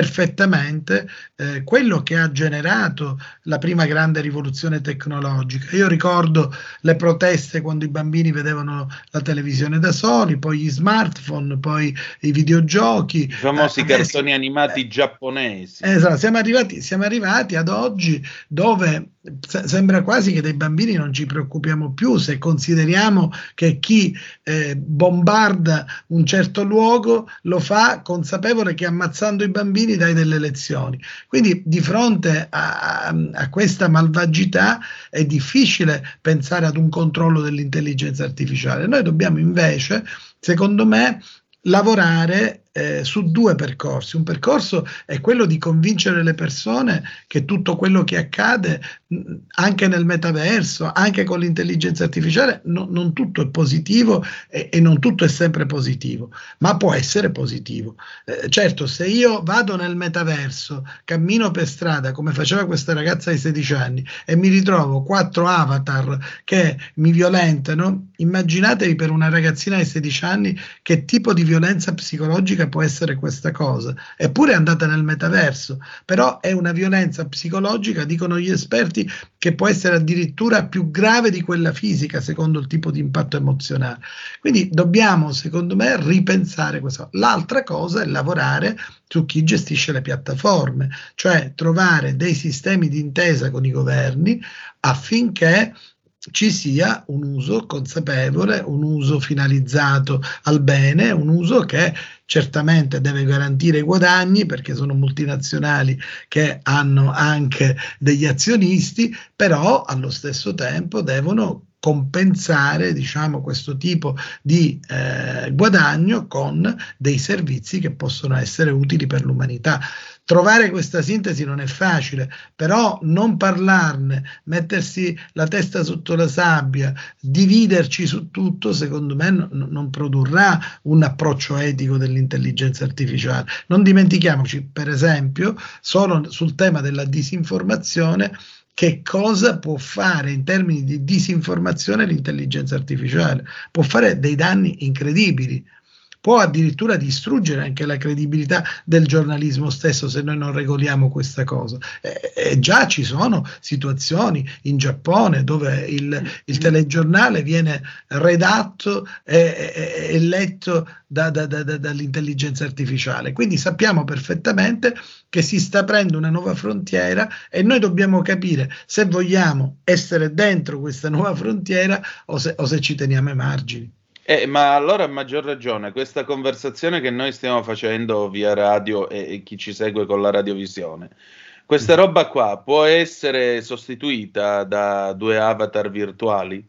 perfettamente eh, quello che ha generato la prima grande rivoluzione tecnologica. Io ricordo le proteste quando i bambini vedevano la televisione da soli, poi gli smartphone, poi i videogiochi, i famosi eh, cartoni adesso, animati eh, giapponesi. Esatto, siamo arrivati, siamo arrivati ad oggi dove se- sembra quasi che dei bambini non ci preoccupiamo più, se consideriamo che chi eh, bombarda un certo luogo lo fa consapevole che ammazzando i bambini dai delle lezioni. Quindi di fronte a, a questa malvagità è difficile pensare ad un controllo dell'intelligenza artificiale. Noi dobbiamo invece, secondo me, lavorare eh, su due percorsi. Un percorso è quello di convincere le persone che tutto quello che accade mh, anche nel metaverso, anche con l'intelligenza artificiale, no, non tutto è positivo e, e non tutto è sempre positivo, ma può essere positivo. Eh, certo, se io vado nel metaverso, cammino per strada come faceva questa ragazza di sedici anni e mi ritrovo quattro avatar che mi violentano, immaginatevi per una ragazzina di sedici anni che tipo di violenza psicologica può essere questa cosa. Eppure è andata nel metaverso, però è una violenza psicologica, dicono gli esperti, che può essere addirittura più grave di quella fisica, secondo il tipo di impatto emozionale. Quindi dobbiamo, secondo me, ripensare questo. L'altra cosa è lavorare su chi gestisce le piattaforme, cioè trovare dei sistemi di intesa con i governi affinché ci sia un uso consapevole, un uso finalizzato al bene, un uso che certamente deve garantire i guadagni, perché sono multinazionali che hanno anche degli azionisti, però allo stesso tempo devono compensare, diciamo, questo tipo di eh, guadagno con dei servizi che possono essere utili per l'umanità. Trovare questa sintesi non è facile, però non parlarne, mettersi la testa sotto la sabbia, dividerci su tutto, secondo me no, non produrrà un approccio etico dell'intelligenza artificiale. Non dimentichiamoci, per esempio, solo sul tema della disinformazione, che cosa può fare in termini di disinformazione l'intelligenza artificiale? Può fare dei danni incredibili. Può addirittura distruggere anche la credibilità del giornalismo stesso se noi non regoliamo questa cosa. E, e già ci sono situazioni in Giappone dove il, il telegiornale viene redatto e, e, e letto da, da, da, da, dall'intelligenza artificiale. Quindi sappiamo perfettamente che si sta aprendo una nuova frontiera e noi dobbiamo capire se vogliamo essere dentro questa nuova frontiera o se, o se ci teniamo ai margini. Eh, ma allora a maggior ragione questa conversazione che noi stiamo facendo via radio e, e chi ci segue con la radiovisione, questa roba qua può essere sostituita da due avatar virtuali?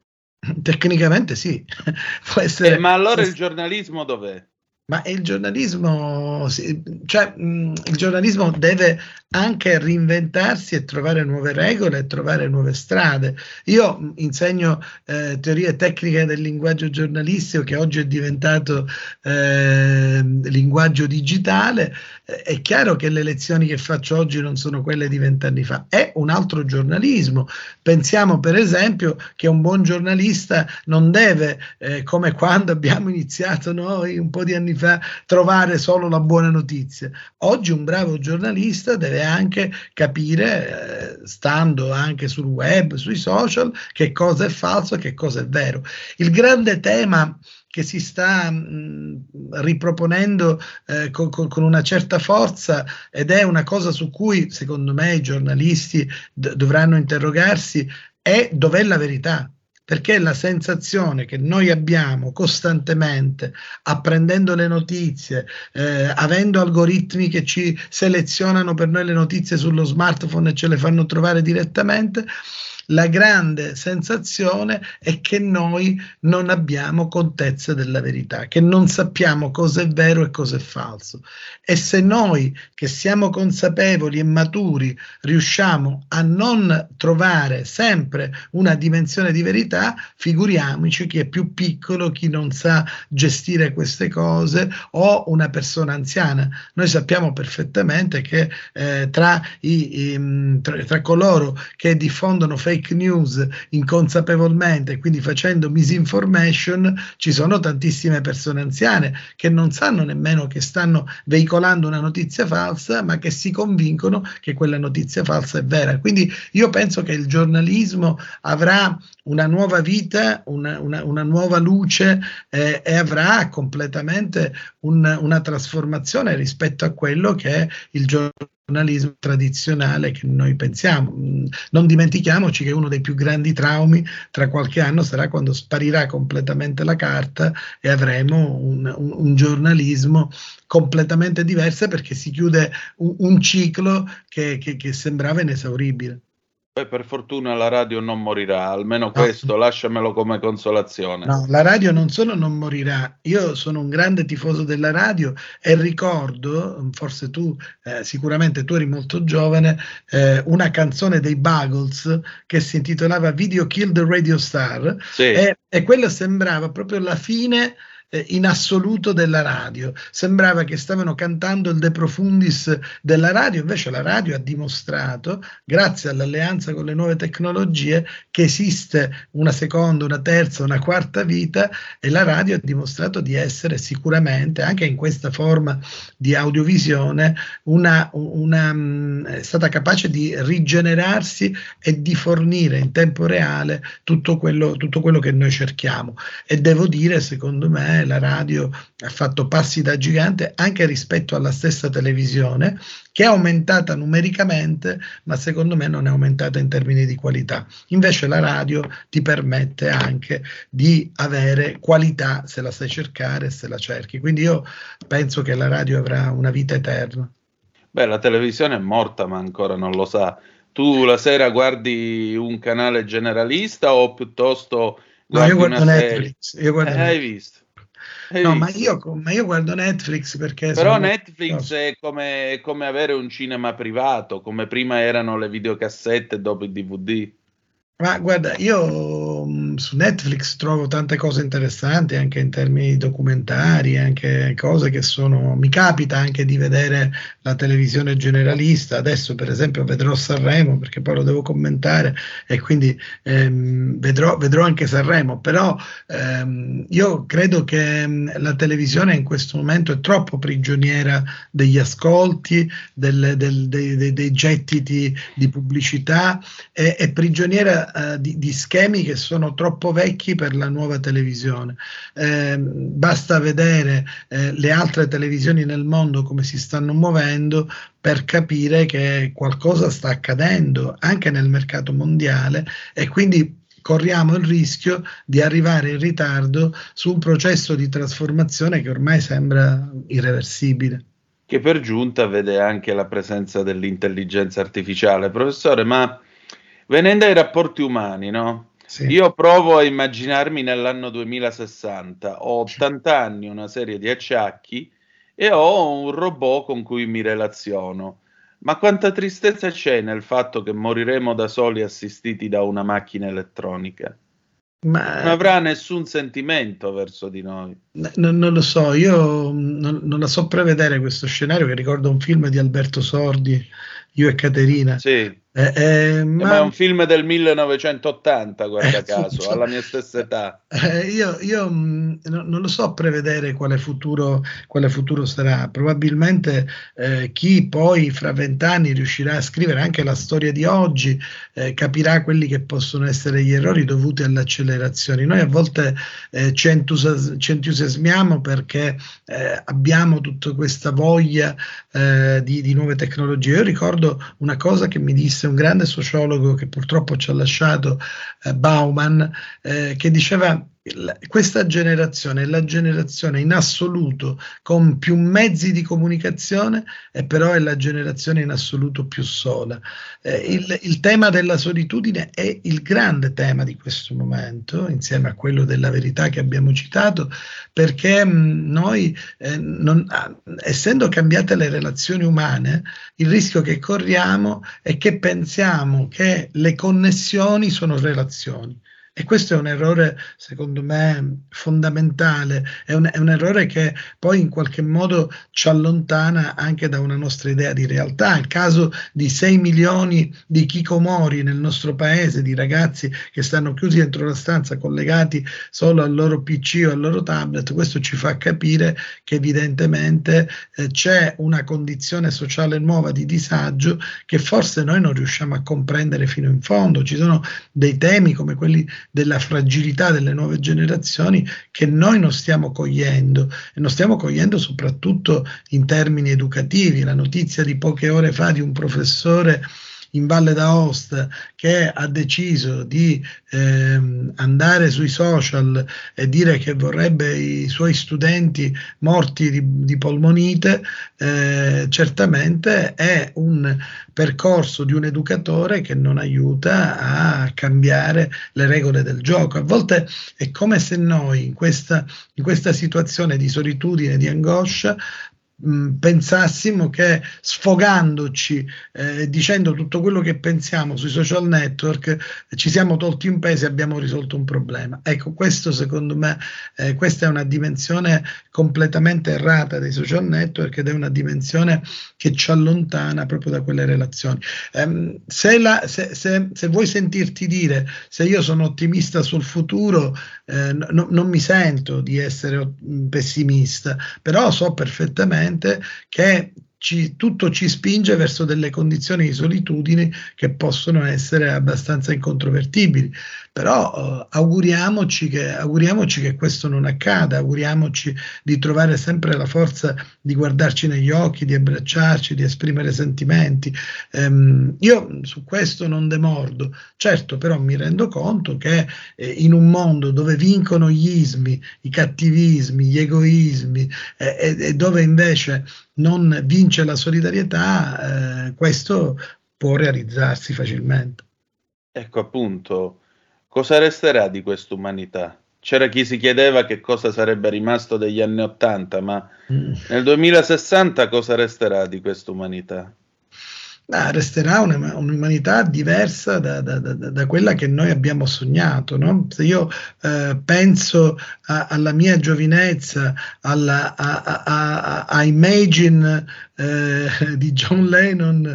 Tecnicamente sì. Può essere... eh, ma allora il giornalismo dov'è? Ma il giornalismo, cioè, mh, il giornalismo deve anche reinventarsi e trovare nuove regole e trovare nuove strade. Io mh, insegno eh, teorie tecniche del linguaggio giornalistico, che oggi è diventato eh, linguaggio digitale. Eh, è chiaro che le lezioni che faccio oggi non sono quelle di vent'anni fa, è un altro giornalismo. Pensiamo per esempio che un buon giornalista non deve, eh, come quando abbiamo iniziato noi un po' di anni fa, trovare solo la buona notizia. Oggi un bravo giornalista deve anche capire, eh, stando anche sul web, sui social, che cosa è falso e che cosa è vero. Il grande tema che si sta mh, riproponendo eh, con, con una certa forza, ed è una cosa su cui secondo me i giornalisti d- dovranno interrogarsi, è dov'è la verità. Perché la sensazione che noi abbiamo costantemente, apprendendo le notizie, eh, avendo algoritmi che ci selezionano per noi le notizie sullo smartphone e ce le fanno trovare direttamente, la grande sensazione è che noi non abbiamo contezza della verità, che non sappiamo cosa è vero e cosa è falso. E se noi, che siamo consapevoli e maturi, riusciamo a non trovare sempre una dimensione di verità, figuriamoci chi è più piccolo, chi non sa gestire queste cose, o una persona anziana. Noi sappiamo perfettamente che eh, tra, i, i, tra, tra coloro che diffondono fake fake news inconsapevolmente, quindi facendo misinformation, ci sono tantissime persone anziane che non sanno nemmeno che stanno veicolando una notizia falsa, ma che si convincono che quella notizia falsa è vera. Quindi io penso che il giornalismo avrà una nuova vita, una, una, una nuova luce eh, e avrà completamente un, una trasformazione rispetto a quello che è il giornalismo tradizionale che noi pensiamo. Non dimentichiamoci che uno dei più grandi traumi tra qualche anno sarà quando sparirà completamente la carta e avremo un, un, un giornalismo completamente diverso, perché si chiude un, un ciclo che, che, che sembrava inesauribile. Beh, per fortuna la radio non morirà, almeno questo, no. Lasciamelo come consolazione. No, la radio non solo non morirà, io sono un grande tifoso della radio e ricordo, forse tu, eh, sicuramente tu eri molto giovane, eh, una canzone dei Buggles che si intitolava Video Kill the Radio Star, sì. e, e quella sembrava proprio la fine in assoluto della radio, sembrava che stavano cantando il De Profundis della radio. Invece la radio ha dimostrato, grazie all'alleanza con le nuove tecnologie, che esiste una seconda, una terza, una quarta vita, e la radio ha dimostrato di essere sicuramente, anche in questa forma di audiovisione, una, una, è stata capace di rigenerarsi e di fornire in tempo reale tutto quello, tutto quello che noi cerchiamo. E devo dire, secondo me, la radio ha fatto passi da gigante anche rispetto alla stessa televisione, che è aumentata numericamente, ma secondo me non è aumentata in termini di qualità. Invece la radio ti permette anche di avere qualità se la sai cercare e se la cerchi. Quindi io penso che la radio avrà una vita eterna. Beh, la televisione è morta, ma ancora non lo sa. Tu la sera guardi un canale generalista o piuttosto guardi no, io guardo una Netflix. serie? Io guardo eh, Netflix. Hai visto? Hai no, visto? Ma, io, ma io guardo Netflix perché... Però sono... Netflix è come, è come avere un cinema privato, come prima erano le videocassette e dopo il D V D. Ma guarda, io mh, su Netflix trovo tante cose interessanti, anche in termini documentari, anche cose che sono... Mi capita anche di vedere la televisione generalista. Adesso, per esempio, vedrò Sanremo, perché poi lo devo commentare, e quindi ehm, vedrò, vedrò anche Sanremo. Però ehm, io credo che mh, la televisione in questo momento è troppo prigioniera degli ascolti, del, del, dei, dei, dei gettiti di pubblicità, e è prigioniera Uh, di, di schemi che sono troppo vecchi per la nuova televisione. Eh, basta vedere eh, le altre televisioni nel mondo come si stanno muovendo per capire che qualcosa sta accadendo anche nel mercato mondiale, e quindi corriamo il rischio di arrivare in ritardo su un processo di trasformazione che ormai sembra irreversibile. Che per giunta vede anche la presenza dell'intelligenza artificiale. Professore, ma venendo ai rapporti umani, no? Sì. Io provo a immaginarmi nell'anno duemilasessanta, ho ottanta anni, una serie di acciacchi e ho un robot con cui mi relaziono. Ma quanta tristezza c'è nel fatto che moriremo da soli assistiti da una macchina elettronica? Ma... Non avrà nessun sentimento verso di noi. No, non lo so, io non, non la so prevedere questo scenario, che ricorda un film di Alberto Sordi, Io e Caterina. Sì. Eh, eh, ma... ma è un film del millenovecentottanta, guarda eh, caso, alla mia stessa età. Eh, io io mh, no, non lo so prevedere quale futuro, quale futuro sarà. Probabilmente eh, chi poi fra vent'anni riuscirà a scrivere anche la storia di oggi eh, capirà quelli che possono essere gli errori dovuti alle accelerazioni. Noi a volte eh, ci, entusias- ci entusiasmiamo perché eh, abbiamo tutta questa voglia eh, di, di nuove tecnologie. Io ricordo una cosa che mi disse un grande sociologo che purtroppo ci ha lasciato, eh, Bauman, eh, che diceva: questa generazione è la generazione in assoluto con più mezzi di comunicazione, e però è la generazione in assoluto più sola. Eh, il, il tema della solitudine è il grande tema di questo momento, insieme a quello della verità che abbiamo citato, perché mh, noi, eh, non, essendo cambiate le relazioni umane, il rischio che corriamo è che pensiamo che le connessioni sono relazioni, E questo è un errore, secondo me, fondamentale, è un, è un errore che poi in qualche modo ci allontana anche da una nostra idea di realtà. Il caso di sei milioni di hikikomori nel nostro paese, di ragazzi che stanno chiusi dentro la stanza, collegati solo al loro P C o al loro tablet, questo ci fa capire che evidentemente eh, c'è una condizione sociale nuova di disagio che forse noi non riusciamo a comprendere fino in fondo. Ci sono dei temi come quelli della fragilità delle nuove generazioni che noi non stiamo cogliendo, e non stiamo cogliendo soprattutto in termini educativi. La notizia di poche ore fa di un professore in Valle d'Aosta che ha deciso di ehm, andare sui social e dire che vorrebbe i suoi studenti morti di, di polmonite, eh, certamente è un percorso di un educatore che non aiuta a cambiare le regole del gioco. A volte è come se noi in questa, in questa situazione di solitudine, di angoscia, pensassimo che sfogandoci, eh, dicendo tutto quello che pensiamo sui social network, ci siamo tolti un peso e abbiamo risolto un problema. Ecco, questo secondo me, eh, questa è una dimensione completamente errata dei social network ed è una dimensione che ci allontana proprio da quelle relazioni. Eh, se, la, se, se, se vuoi sentirti dire se io sono ottimista sul futuro, eh, no, non mi sento di essere pessimista, però so perfettamente che ci, tutto ci spinge verso delle condizioni di solitudine che possono essere abbastanza incontrovertibili. Però eh, auguriamoci, che, auguriamoci che questo non accada, auguriamoci di trovare sempre la forza di guardarci negli occhi, di abbracciarci, di esprimere sentimenti. Ehm, io su questo non demordo, certo, però mi rendo conto che eh, in un mondo dove vincono gli ismi, i cattivismi, gli egoismi eh, e, e dove invece non vince la solidarietà, eh, questo può realizzarsi facilmente. Ecco appunto, cosa resterà di quest'umanità? C'era chi si chiedeva che cosa sarebbe rimasto degli anni Ottanta, ma mm. nel duemilasessanta cosa resterà di quest'umanità? Ah, resterà una, un'umanità diversa da, da, da, da quella che noi abbiamo sognato, no? Se io eh, penso a, alla mia giovinezza, alla, a, a, a, a Imagine eh, di John Lennon,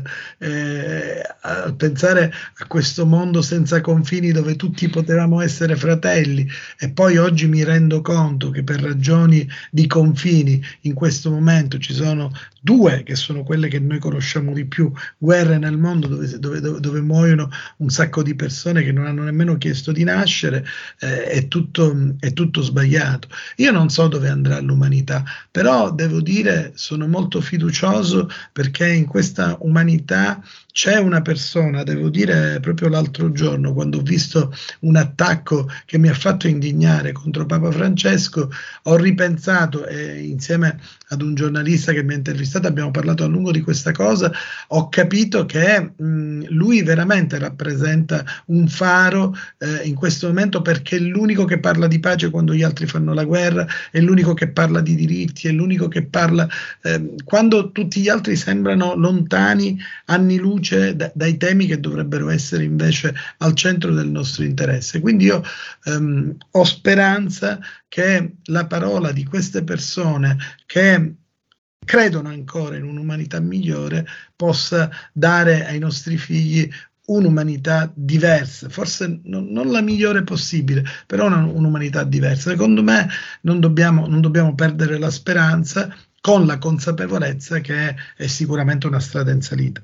eh, a pensare a questo mondo senza confini dove tutti potevamo essere fratelli, e poi oggi mi rendo conto che per ragioni di confini in questo momento ci sono due che sono quelle che noi conosciamo di più, guerre nel mondo dove, dove, dove, dove muoiono un sacco di persone che non hanno nemmeno chiesto di nascere, eh, è, tutto, è tutto sbagliato. Io non so dove andrà l'umanità, però devo dire sono molto fiducioso perché in questa umanità c'è una persona, devo dire proprio l'altro giorno quando ho visto un attacco che mi ha fatto indignare contro Papa Francesco, ho ripensato e insieme ad un giornalista che mi ha intervistato abbiamo parlato a lungo di questa cosa, ho capito che mh, lui veramente rappresenta un faro eh, in questo momento, perché è l'unico che parla di pace quando gli altri fanno la guerra, è l'unico che parla di diritti, è l'unico che parla eh, quando tutti gli altri sembrano lontani anni luce Da, dai temi che dovrebbero essere invece al centro del nostro interesse. Quindi io ehm, ho speranza che la parola di queste persone che credono ancora in un'umanità migliore possa dare ai nostri figli un'umanità diversa, forse non, non la migliore possibile, però una, un'umanità diversa. Secondo me non dobbiamo, non dobbiamo perdere la speranza, con la consapevolezza che è sicuramente una strada in salita.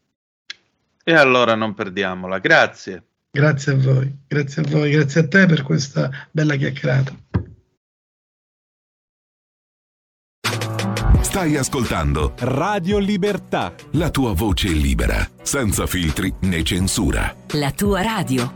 E allora non perdiamola, grazie. Grazie a voi, grazie a voi, grazie a te per questa bella chiacchierata. Stai ascoltando Radio Libertà, la tua voce libera, senza filtri né censura. La tua radio.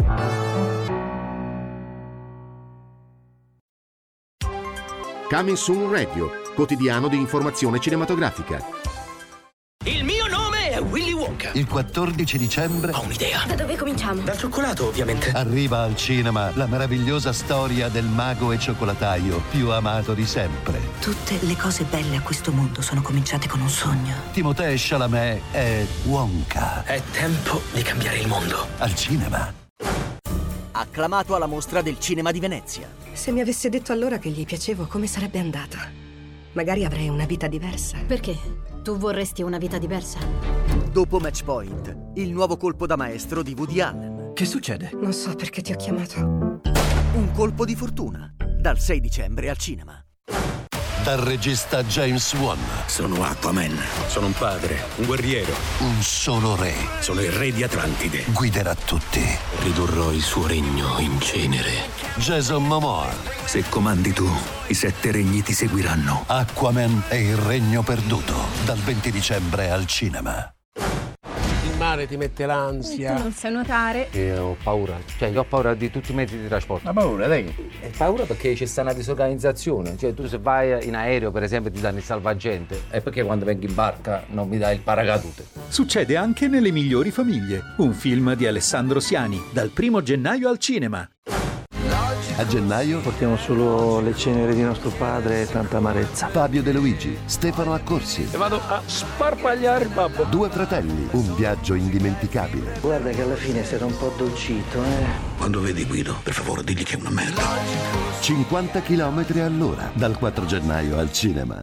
Coming Soon Radio, quotidiano di informazione cinematografica. Il mio nome è Willy Wonka. Il quattordici dicembre ho un'idea. Da dove cominciamo? Dal cioccolato, ovviamente. Arriva al cinema la meravigliosa storia del mago e cioccolataio più amato di sempre. Tutte le cose belle a questo mondo sono cominciate con un sogno. Timothée Chalamet è Wonka. È tempo di cambiare il mondo. Al cinema. acclamato alla Mostra del Cinema di Venezia. Se mi avesse detto allora che gli piacevo, come sarebbe andata? Magari avrei una vita diversa. Perché? Tu vorresti una vita diversa? Dopo Match Point, il nuovo colpo da maestro di Woody Allen. Che succede? Non so perché ti ho chiamato. Un colpo di fortuna, dal sei dicembre al cinema. Dal regista James Wan. Sono Aquaman. Sono un padre, un guerriero. Un solo re. Sono il re di Atlantide. Guiderà tutti. Ridurrò il suo regno in cenere. Jason Momoa. Se comandi tu, i sette regni ti seguiranno. Aquaman e il regno perduto. Dal venti dicembre al cinema. Il mare ti mette l'ansia. Tu non sai nuotare. Io ho paura, cioè io ho paura di tutti i mezzi di trasporto. Ma paura, dai. È paura perché c'è sta una disorganizzazione, cioè tu se vai in aereo per esempio ti danno il salvagente e perché quando vengo in barca non mi dai il paracadute. Succede anche nelle migliori famiglie, un film di Alessandro Siani, dal primo gennaio al cinema. A gennaio portiamo solo le ceneri di nostro padre e tanta amarezza. Fabio De Luigi, Stefano Accorsi. E vado a sparpagliare il babbo. Due fratelli, un viaggio indimenticabile. Guarda che alla fine sei un po' dolcito, eh. Quando vedi Guido, per favore digli che è una merda. cinquanta chilometri all'ora, dal quattro gennaio al cinema.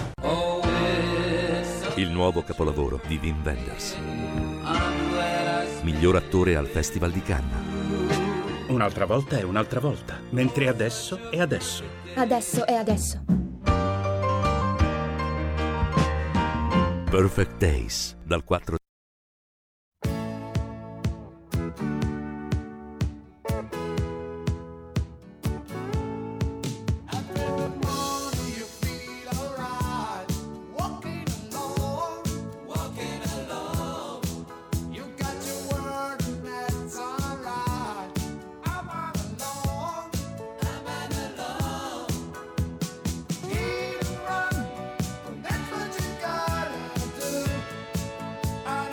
Il nuovo capolavoro di Wim Wenders. Miglior attore al Festival di Cannes. Un'altra volta è un'altra volta, mentre adesso è adesso. Adesso è adesso. Perfect Days, dal quattro I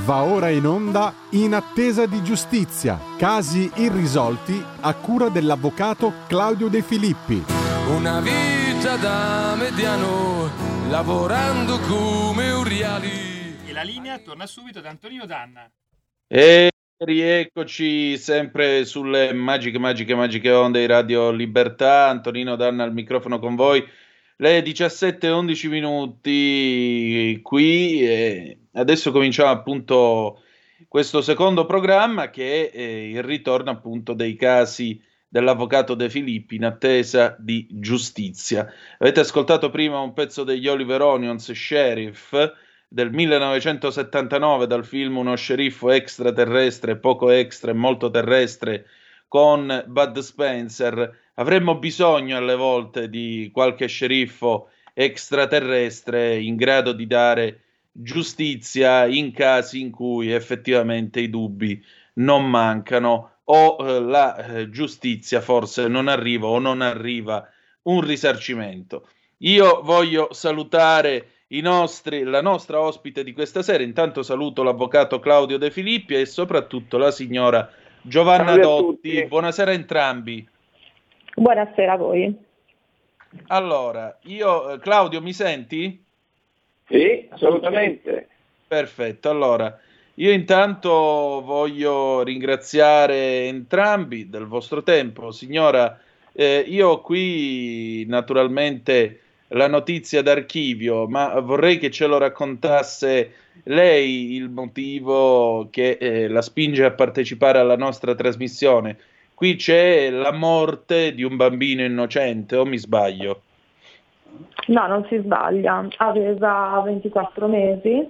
Va ora in onda In attesa di giustizia, casi irrisolti a cura dell'avvocato Claudio De Filippi. Una vita da mediano, lavorando come un reali. E la linea torna subito da Antonino Danna. E rieccoci sempre sulle magiche, magiche, magiche onde di Radio Libertà. Antonino Danna al microfono con voi. Le diciassette e undici minuti qui. E adesso cominciamo appunto questo secondo programma che è il ritorno appunto dei casi dell'avvocato De Filippi in attesa di giustizia. Avete ascoltato prima un pezzo degli Oliver Onions, Sheriff, del millenovecentosettantanove, dal film Uno sceriffo extraterrestre, poco extra e molto terrestre, con Bud Spencer. Avremmo bisogno alle volte di qualche sceriffo extraterrestre in grado di dare giustizia in casi in cui effettivamente i dubbi non mancano o eh, la eh, giustizia forse non arriva o non arriva un risarcimento. Io voglio salutare i nostri, la nostra ospite di questa sera. Intanto saluto l'avvocato Claudio De Filippi e soprattutto la signora Giovanna Dotti. Buonasera a entrambi. Buonasera a voi. Allora, io Claudio, mi senti? Sì, assolutamente. Perfetto, allora io intanto voglio ringraziare entrambi del vostro tempo. Signora, eh, io ho qui naturalmente la notizia d'archivio, ma vorrei che ce lo raccontasse lei il motivo che eh, la spinge a partecipare alla nostra trasmissione. Qui c'è la morte di un bambino innocente, o mi sbaglio? No, non si sbaglia, aveva ventiquattro mesi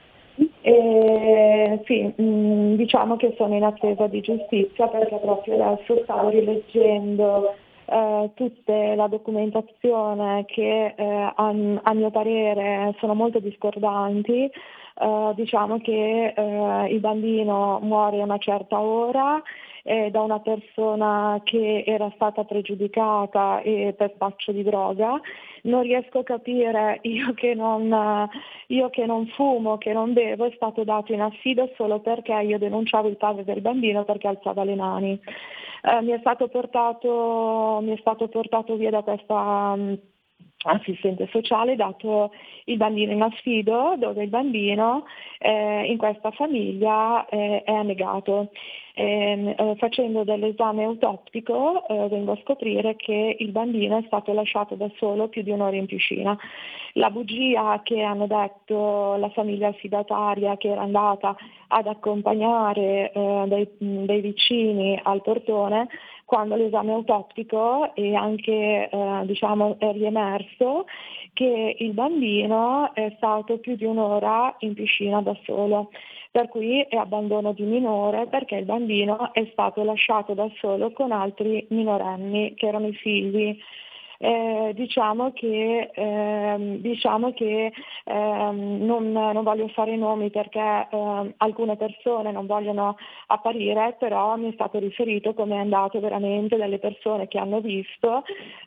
e sì, mh, diciamo che sono in attesa di giustizia perché proprio adesso stavo rileggendo eh, tutta la documentazione che eh, a, a mio parere sono molto discordanti. Uh, diciamo che uh, il bambino muore a una certa ora eh, da una persona che era stata pregiudicata eh, per spaccio di droga. Non riesco a capire, io che non, io che non fumo, che non bevo, è stato dato in affido solo perché io denunciavo il padre del bambino perché alzava le mani. Uh, mi è stato portato, mi è stato portato via da questa um, assistente sociale, dato il bambino in affido, dove il bambino eh, in questa famiglia eh, è annegato. Eh, eh, facendo dell'esame autoptico eh, vengo a scoprire che il bambino è stato lasciato da solo più di un'ora in piscina. La bugia che hanno detto la famiglia affidataria, che era andata ad accompagnare eh, dei, dei vicini al portone, quando l'esame autoptico e anche eh, diciamo è riemerso che il bambino è stato più di un'ora in piscina da solo, per cui è abbandono di minore perché il bambino è stato lasciato da solo con altri minorenni che erano i figli. Eh, diciamo che, ehm, diciamo che ehm, non, non voglio fare i nomi perché ehm, alcune persone non vogliono apparire, però mi è stato riferito come è andato veramente dalle persone che hanno visto,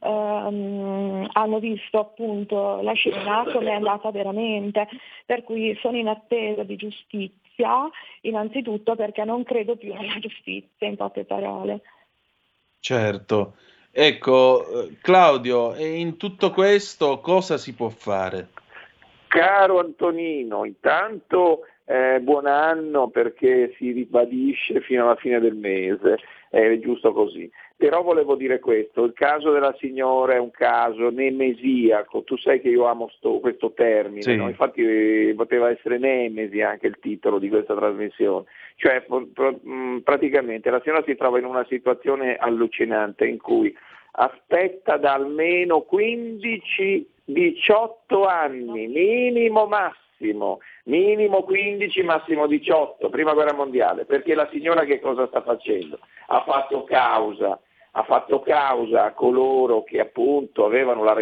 ehm, hanno visto appunto la scena come è andata veramente, per cui sono in attesa di giustizia innanzitutto perché non credo più alla giustizia, in poche parole. Certo. Ecco, Claudio, e in tutto questo cosa si può fare? Caro Antonino, intanto eh, buon anno perché si ribadisce fino alla fine del mese, è giusto così. Però volevo dire questo, il caso della signora è un caso nemesiaco, tu sai che io amo sto, questo termine, sì. No? Infatti eh, poteva essere Nemesi anche il titolo di questa trasmissione, cioè pr- mh, praticamente la signora si trova in una situazione allucinante in cui aspetta da almeno quindici diciotto anni, minimo massimo, minimo quindici, massimo diciotto, prima guerra mondiale, perché la signora che cosa sta facendo? Ha fatto causa, ha fatto causa a coloro che appunto avevano la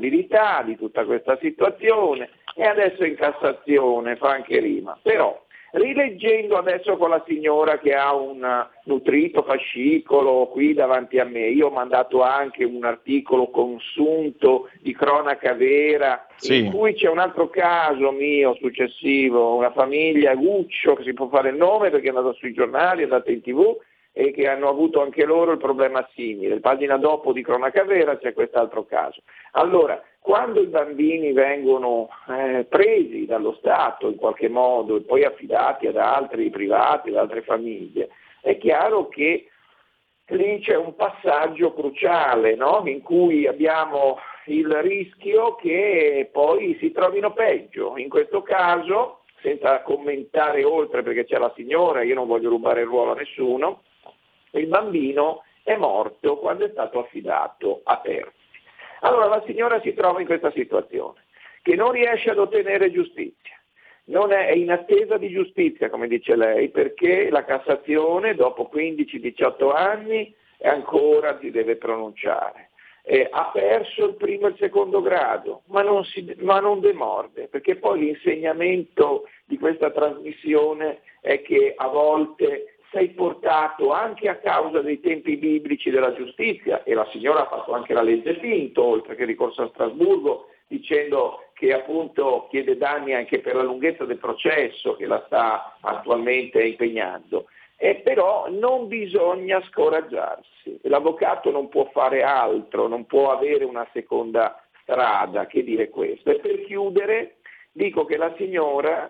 responsabilità di tutta questa situazione e adesso in Cassazione fa anche rima, però Rileggendo adesso con la signora che ha un nutrito fascicolo qui davanti a me, io ho mandato anche un articolo consunto di cronaca vera, sì, in cui c'è un altro caso mio successivo, una famiglia Guccio, che si può fare il nome perché è andata sui giornali, è andata in tv, e che hanno avuto anche loro il problema simile. Pagina dopo di cronaca vera c'è quest'altro caso. Allora, quando i bambini vengono eh, presi dallo Stato in qualche modo e poi affidati ad altri privati, ad altre famiglie, è chiaro che lì c'è un passaggio cruciale, no? In cui abbiamo il rischio che poi si trovino peggio. In questo caso, senza commentare oltre perché c'è la signora, io non voglio rubare il ruolo a nessuno, il bambino è morto quando è stato affidato a terzi. Allora la signora si trova in questa situazione, che non riesce ad ottenere giustizia, non è, è in attesa di giustizia, come dice lei, perché la Cassazione dopo quindici diciotto anni ancora si deve pronunciare. Eh, ha perso il primo e il secondo grado, ma non, si, ma non demorde, perché poi l'insegnamento di questa trasmissione è che a volte sei portato anche a causa dei tempi biblici della giustizia, e la signora ha fatto anche la legge Pinto, oltre che ricorso a Strasburgo, dicendo che appunto chiede danni anche per la lunghezza del processo che la sta attualmente impegnando. E però non bisogna scoraggiarsi, l'avvocato non può fare altro, non può avere una seconda strada che dire questo. E per chiudere dico che la signora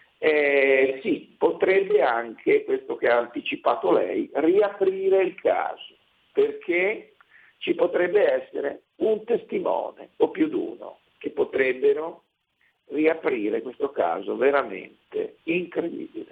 Eh, sì, potrebbe anche, questo che ha anticipato lei, riaprire il caso, perché ci potrebbe essere un testimone o più di uno che potrebbero riaprire questo caso veramente incredibile.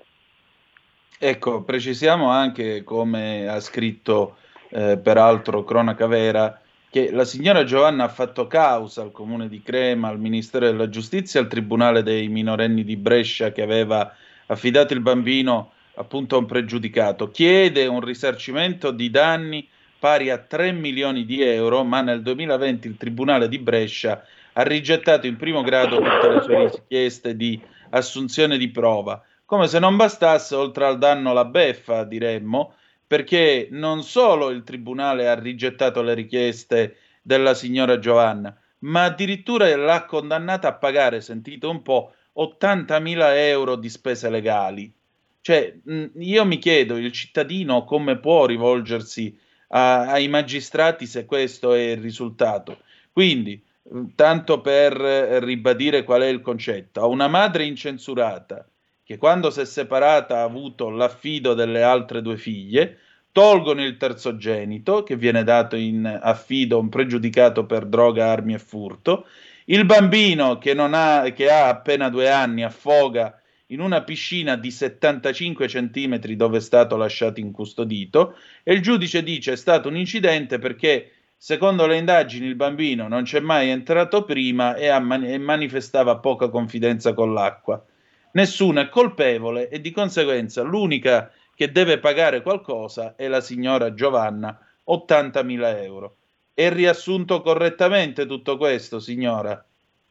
Ecco, precisiamo anche, come ha scritto eh, peraltro Cronaca Vera, che la signora Giovanna ha fatto causa al Comune di Crema, al Ministero della Giustizia e al Tribunale dei minorenni di Brescia, che aveva affidato il bambino appunto a un pregiudicato. Chiede un risarcimento di danni pari a tre milioni di euro, ma nel duemilaventi il Tribunale di Brescia ha rigettato in primo grado tutte le sue richieste di assunzione di prova. Come se non bastasse, oltre al danno la beffa, diremmo, perché non solo il Tribunale ha rigettato le richieste della signora Giovanna, ma addirittura l'ha condannata a pagare, sentite un po', ottantamila euro di spese legali. Cioè, io mi chiedo, il cittadino come può rivolgersi a, ai magistrati se questo è il risultato? Quindi, tanto per ribadire qual è il concetto, a una madre incensurata, che quando si è separata ha avuto l'affido delle altre due figlie, tolgono il terzogenito, che viene dato in affido a un pregiudicato per droga, armi e furto, il bambino che, non ha, che ha appena due anni affoga in una piscina di settantacinque centimetri dove è stato lasciato incustodito, e il giudice dice è stato un incidente perché secondo le indagini il bambino non c'è mai entrato prima e, man- e manifestava poca confidenza con l'acqua. Nessuno è colpevole e di conseguenza l'unica che deve pagare qualcosa è la signora Giovanna, ottantamila euro. È riassunto correttamente tutto questo, signora?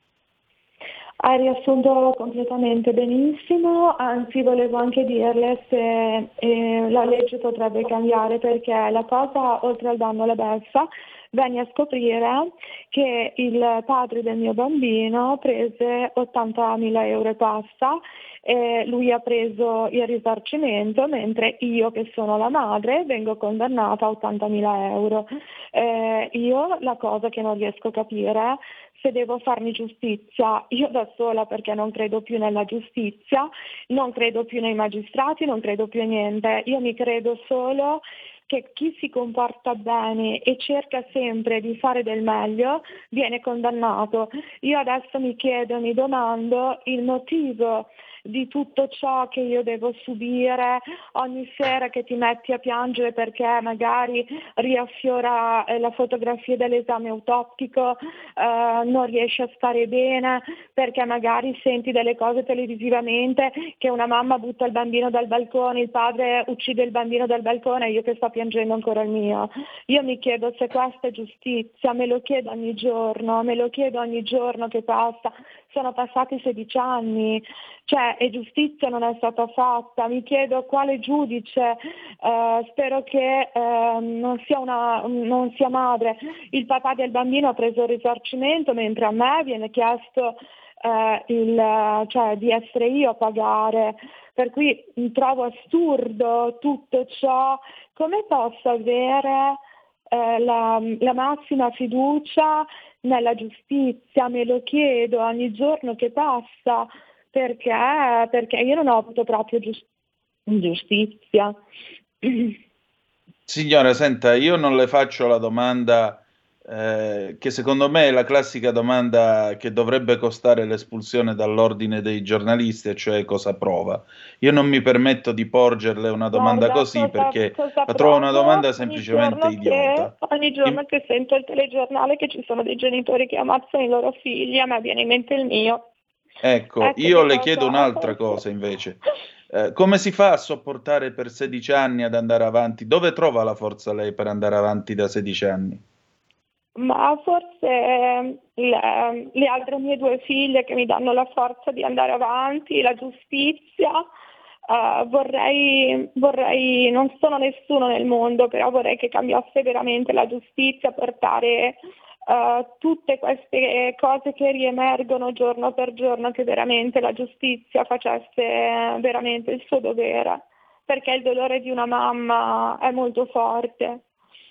Hai riassunto completamente benissimo, anzi volevo anche dirle se eh, la legge potrebbe cambiare, perché la cosa, oltre al danno alla beffa, venni a scoprire che il padre del mio bambino prese ottantamila euro e passa, e lui ha preso il risarcimento, mentre io, che sono la madre, vengo condannata a ottantamila euro. Eh, io la cosa che non riesco a capire, se devo farmi giustizia io da sola, perché non credo più nella giustizia, non credo più nei magistrati, non credo più a niente, io mi credo solo che chi si comporta bene e cerca sempre di fare del meglio viene condannato. Io adesso mi chiedo, mi domando il motivo di tutto ciò che io devo subire ogni sera, che ti metti a piangere perché magari riaffiora eh, la fotografia dell'esame autoptico, eh, non riesci a stare bene perché magari senti delle cose televisivamente, che una mamma butta il bambino dal balcone, il padre uccide il bambino dal balcone e io che sto piangendo ancora il mio. Io mi chiedo se questa è giustizia, me lo chiedo ogni giorno, me lo chiedo ogni giorno che passa. Sono passati sedici anni, cioè perché e giustizia non è stata fatta. Mi chiedo quale giudice, eh, spero che eh, non sia una non sia madre. Il papà del bambino ha preso il risarcimento, mentre a me viene chiesto eh, il, cioè, di essere io a pagare. Per cui trovo assurdo tutto ciò. Come posso avere eh, la, la massima fiducia nella giustizia? Me lo chiedo ogni giorno che passa, perché, perché io non ho avuto proprio giust- giustizia. Signora, senta, io non le faccio la domanda eh, che secondo me è la classica domanda che dovrebbe costare l'espulsione dall'ordine dei giornalisti, cioè cosa prova. Io non mi permetto di porgerle una domanda Guarda, così cosa, perché cosa la trovo una provo domanda ogni semplicemente giorno idiota. Che, ogni giorno che sento il telegiornale che ci sono dei genitori che ammazzano i loro figli, a me viene in mente il mio. Ecco, Ecco io che le cosa- chiedo un'altra cosa invece. Eh, come si fa a sopportare per sedici anni ad andare avanti? Dove trova la forza lei per andare avanti da sedici anni? Ma forse eh, le, le altre mie due figlie che mi danno la forza di andare avanti, la giustizia. eh, vorrei, vorrei, non sono nessuno nel mondo, però vorrei che cambiasse veramente la giustizia, portare eh, tutte queste cose che riemergono giorno per giorno, che veramente la giustizia facesse veramente il suo dovere, perché il dolore di una mamma è molto forte.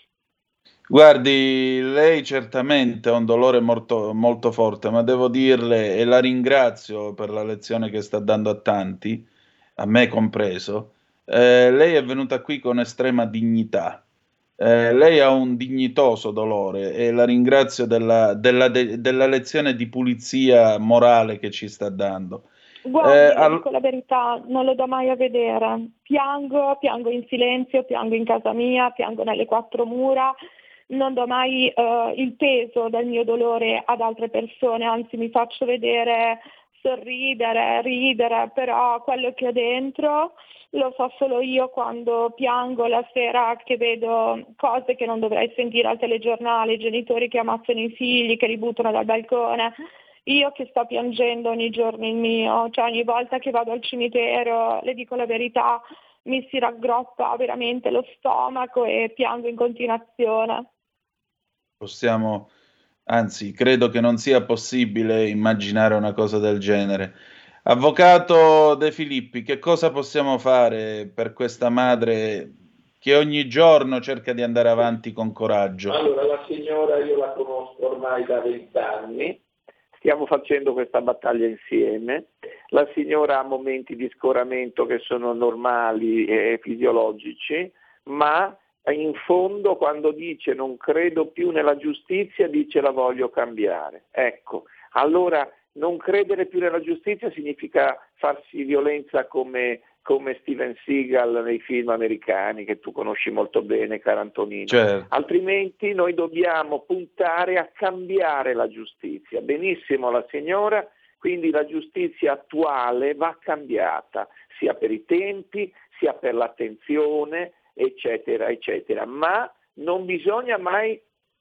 Guardi, lei certamente ha un dolore molto, molto forte, ma devo dirle, e la ringrazio per la lezione che sta dando a tanti, a me compreso, eh, lei è venuta qui con estrema dignità. Eh, lei ha un dignitoso dolore e la ringrazio della, della- de- della lezione di pulizia morale che ci sta dando. Guardi, Eh, le al- dico la verità, non lo do mai a vedere. Piango, piango in silenzio, piango in casa mia, piango nelle quattro mura. Non do mai eh, il peso del mio dolore ad altre persone, anzi mi faccio vedere, sorridere, ridere, però quello che ho dentro lo so solo io quando piango la sera, che vedo cose che non dovrei sentire al telegiornale, genitori che ammazzano i figli, che li buttano dal balcone. Io che sto piangendo ogni giorno il mio, cioè ogni volta che vado al cimitero, le dico la verità, mi si raggroppa veramente lo stomaco e piango in continuazione. Possiamo, anzi, credo che non sia possibile immaginare una cosa del genere. Avvocato De Filippi, che cosa possiamo fare per questa madre che ogni giorno cerca di andare avanti con coraggio? Allora, la signora io la conosco ormai da vent'anni, stiamo facendo questa battaglia insieme. La signora ha momenti di scoramento che sono normali e fisiologici, ma in fondo quando dice non credo più nella giustizia dice la voglio cambiare. Ecco, allora non credere più nella giustizia significa farsi violenza come, come Steven Seagal nei film americani che tu conosci molto bene, caro Antonino. Certo. Altrimenti noi dobbiamo puntare a cambiare la giustizia. Benissimo la signora, quindi la giustizia attuale va cambiata, sia per i tempi, sia per l'attenzione, eccetera, eccetera, ma non bisogna mai,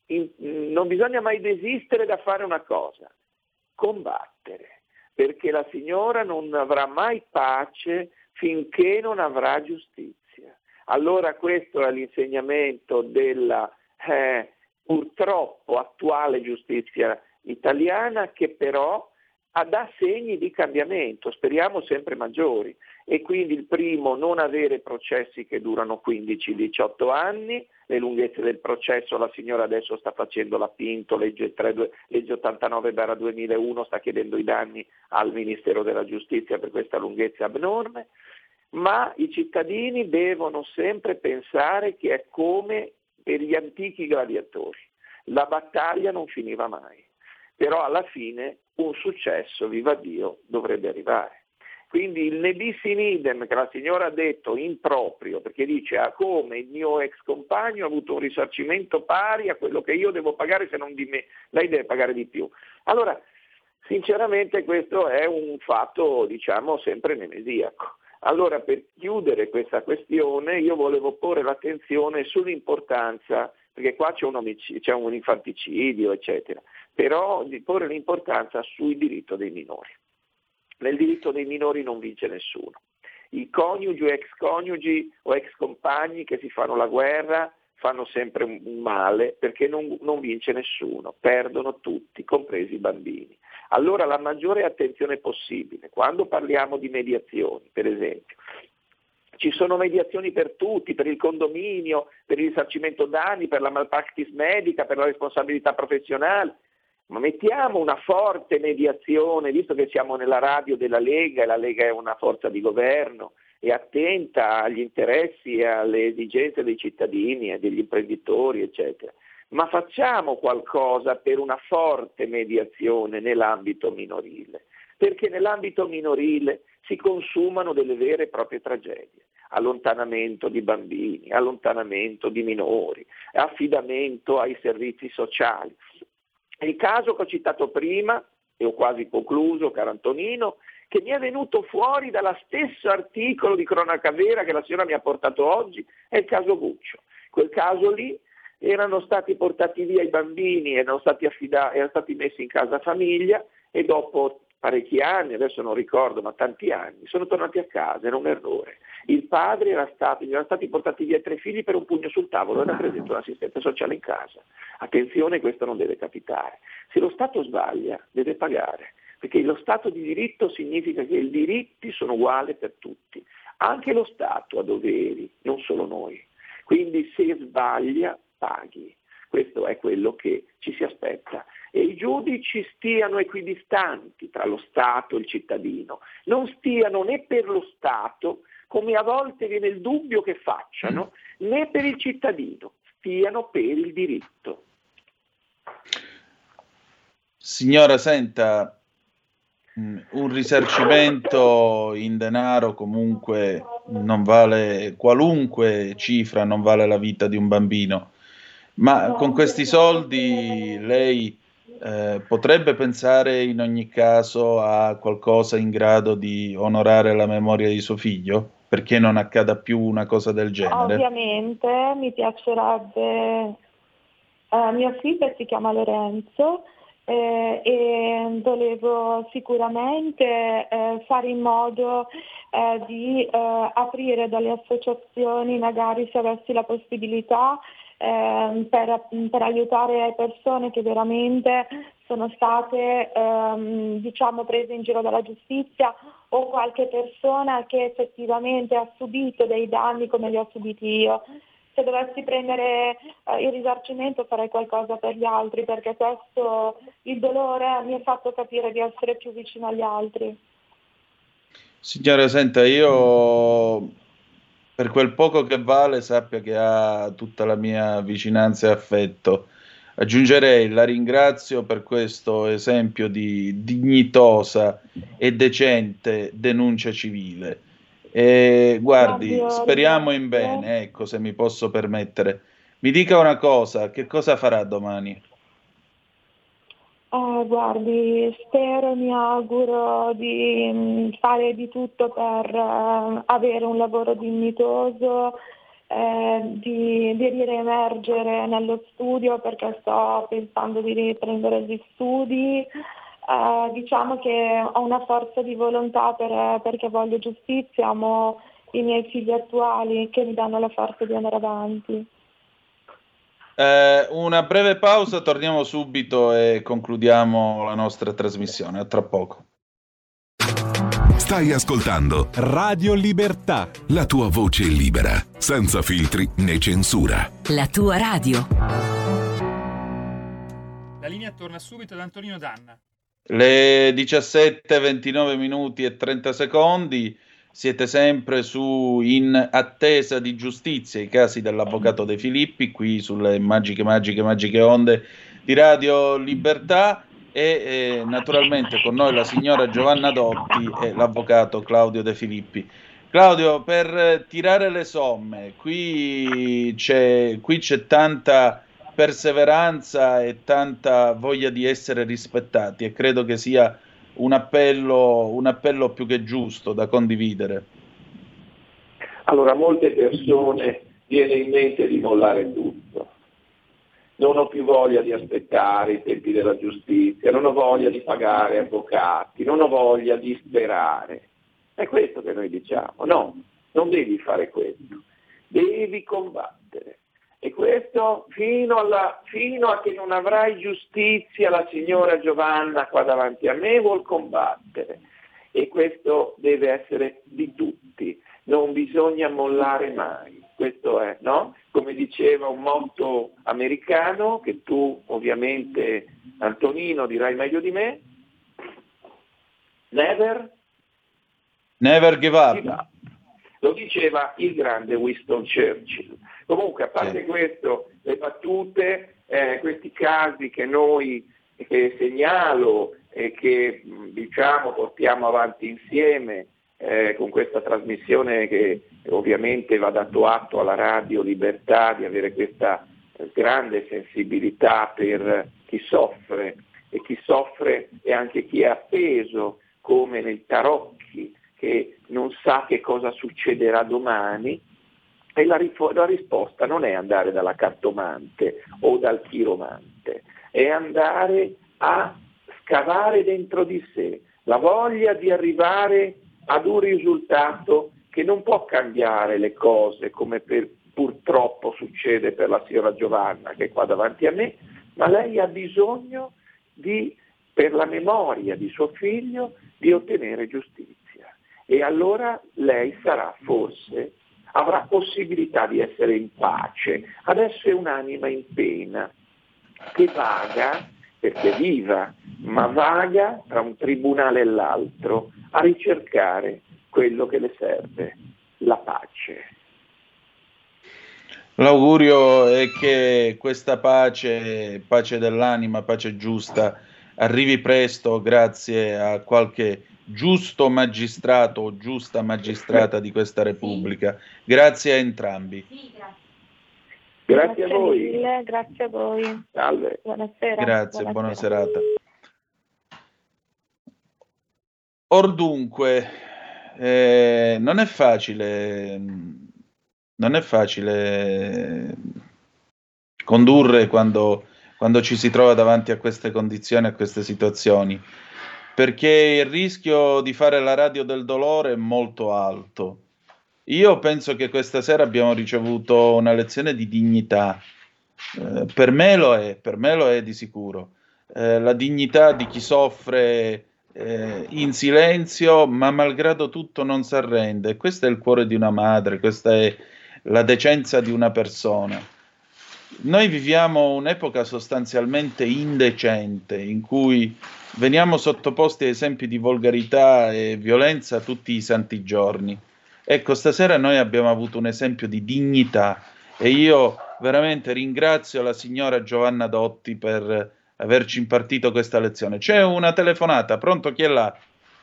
non bisogna mai desistere da fare una cosa, combattere, perché la signora non avrà mai pace finché non avrà giustizia. Allora questo è l'insegnamento della eh, purtroppo attuale giustizia italiana, che però dà segni di cambiamento, speriamo sempre maggiori, e quindi il primo, non avere processi che durano quindici diciotto anni, le lunghezze del processo, la signora adesso sta facendo la Pinto, legge, tre, legge ottantanove duemilauno, sta chiedendo i danni al Ministero della Giustizia per questa lunghezza abnorme, ma i cittadini devono sempre pensare che è come per gli antichi gladiatori, la battaglia non finiva mai, però alla fine un successo, viva Dio, dovrebbe arrivare. Quindi il ne bis in idem che la signora ha detto improprio, perché dice ah, come il mio ex compagno ha avuto un risarcimento pari a quello che io devo pagare, se non di me, lei deve pagare di più. Allora, sinceramente questo è un fatto, diciamo, sempre nemesiaco. Allora, per chiudere questa questione, io volevo porre l'attenzione sull'importanza, perché qua c'è un, omicidio, c'è un infanticidio, eccetera, però di porre l'importanza sui diritti dei minori. Nel diritto dei minori non vince nessuno. I coniugi o ex coniugi o ex compagni che si fanno la guerra fanno sempre un male perché non, non vince nessuno, perdono tutti, compresi i bambini. Allora la maggiore attenzione possibile, quando parliamo di mediazioni, per esempio, ci sono mediazioni per tutti, per il condominio, per il risarcimento danni, per la malpractice medica, per la responsabilità professionale, ma mettiamo una forte mediazione, visto che siamo nella radio della Lega e la Lega è una forza di governo, è attenta agli interessi e alle esigenze dei cittadini e degli imprenditori, eccetera. Ma facciamo qualcosa per una forte mediazione nell'ambito minorile, perché nell'ambito minorile si consumano delle vere e proprie tragedie. Allontanamento di bambini, allontanamento di minori, affidamento ai servizi sociali. Il caso che ho citato prima, e ho quasi concluso, caro Antonino, che mi è venuto fuori dallo stesso articolo di cronaca vera che la signora mi ha portato oggi, è il caso Guccio. Quel caso lì erano stati portati via i bambini, erano stati, affida- erano stati messi in casa famiglia e dopo parecchi anni, adesso non ricordo, ma tanti anni, sono tornati a casa, era un errore. Il padre era stato, gli erano stati portati via tre figli per un pugno sul tavolo, era presente un assistente sociale in casa. Attenzione, questo non deve capitare. Se lo Stato sbaglia, deve pagare, perché lo Stato di diritto significa che i diritti sono uguali per tutti. Anche lo Stato ha doveri, non solo noi. Quindi se sbaglia, paghi. Questo è quello che ci si aspetta. E i giudici stiano equidistanti tra lo Stato e il cittadino, non stiano né per lo Stato, come a volte viene il dubbio che facciano, né per il cittadino, stiano per il diritto. Signora, senta, un risarcimento in denaro comunque non vale, qualunque cifra non vale la vita di un bambino, ma con questi soldi lei eh, potrebbe pensare in ogni caso a qualcosa in grado di onorare la memoria di suo figlio? Perché non accada più una cosa del genere? Ovviamente mi piacerebbe, eh, mio figlio si chiama Lorenzo, Eh, e volevo sicuramente eh, fare in modo eh, di eh, aprire delle associazioni, magari se avessi la possibilità, eh, per, per aiutare persone che veramente sono state ehm, diciamo prese in giro dalla giustizia, o qualche persona che effettivamente ha subito dei danni come li ho subiti io. Se dovessi prendere eh, il risarcimento farei qualcosa per gli altri, perché questo, il dolore mi ha fatto capire di essere più vicino agli altri. Signora, senta, io per quel poco che vale sappia che ha tutta la mia vicinanza e affetto. Aggiungerei, la ringrazio per questo esempio di dignitosa e decente denuncia civile. E guardi, Oddio, speriamo in grazie. bene, ecco, se mi posso permettere. Mi dica una cosa, che cosa farà domani? Eh, guardi, spero e mi auguro di mh, fare di tutto per eh, avere un lavoro dignitoso, eh, di, di riemergere nello studio, perché sto pensando di riprendere gli studi. Uh, diciamo che ho una forza di volontà per, perché voglio giustizia, amo i miei figli attuali che mi danno la forza di andare avanti. Eh, una breve pausa, torniamo subito e concludiamo la nostra trasmissione. A tra poco. Stai ascoltando Radio Libertà, la tua voce libera, senza filtri né censura. La tua radio. La linea torna subito ad Antonino Danna. Le diciassette, ventinove minuti e trenta secondi, siete sempre su In attesa di giustizia, i casi dell'avvocato De Filippi, qui sulle magiche, magiche, magiche onde di Radio Libertà, e eh, naturalmente con noi la signora Giovanna Dotti e l'avvocato Claudio De Filippi. Claudio, per tirare le somme, qui c'è, qui c'è tanta perseveranza e tanta voglia di essere rispettati, e credo che sia un appello, un appello più che giusto da condividere. Allora, a molte persone viene in mente di mollare tutto. non ho più voglia di aspettare i tempi della giustizia, non ho voglia di pagare avvocati, non ho voglia di sperare. È questo che noi diciamo, no, non devi fare questo, devi combattere. E questo fino, alla, fino a che non avrai giustizia, la signora Giovanna qua davanti a me vuol combattere. E questo deve essere di tutti, non bisogna mollare mai. Questo è, no? Come diceva un motto americano, che tu ovviamente, Antonino, dirai meglio di me, never, never give up. give up. Lo diceva il grande Winston Churchill. Comunque, a parte sì. questo, le battute, eh, questi casi che noi che segnalo e che diciamo portiamo avanti insieme eh, con questa trasmissione, che ovviamente va dato atto alla Radio Libertà di avere questa eh, grande sensibilità per chi soffre, e chi soffre è anche chi è appeso, come nei tarocchi, che non sa che cosa succederà domani. E la, rifo- la risposta non è andare dalla cartomante o dal chiromante, è andare a scavare dentro di sé la voglia di arrivare ad un risultato che non può cambiare le cose, come per, purtroppo succede per la signora Giovanna che è qua davanti a me, ma lei ha bisogno di, per la memoria di suo figlio, di ottenere giustizia. E allora lei sarà forse, avrà possibilità di essere in pace. Adesso è un'anima in pena, che vaga, perché viva, ma vaga tra un tribunale e l'altro a ricercare quello che le serve, la pace. L'augurio è che questa pace, pace dell'anima, pace giusta, arrivi presto grazie a qualche giusto magistrato o giusta magistrata di questa Repubblica. Grazie a entrambi. Grazie, grazie a voi. Mille, grazie a voi. Salve. Buonasera. Grazie, buonasera. Buona serata. Or dunque, eh, non è facile, non è facile condurre quando, quando ci si trova davanti a queste condizioni, a queste situazioni, perché il rischio di fare la radio del dolore è molto alto. Io penso che questa sera abbiamo ricevuto una lezione di dignità, eh, per me lo è, per me lo è di sicuro, eh, la dignità di chi soffre eh, in silenzio, ma malgrado tutto non si arrende. Questo è il cuore di una madre, questa è la decenza di una persona. Noi viviamo un'epoca sostanzialmente indecente, in cui veniamo sottoposti a esempi di volgarità e violenza tutti i santi giorni. Ecco, stasera noi abbiamo avuto un esempio di dignità e io veramente ringrazio la signora Giovanna Dotti per averci impartito questa lezione. C'è una telefonata, pronto, chi è là?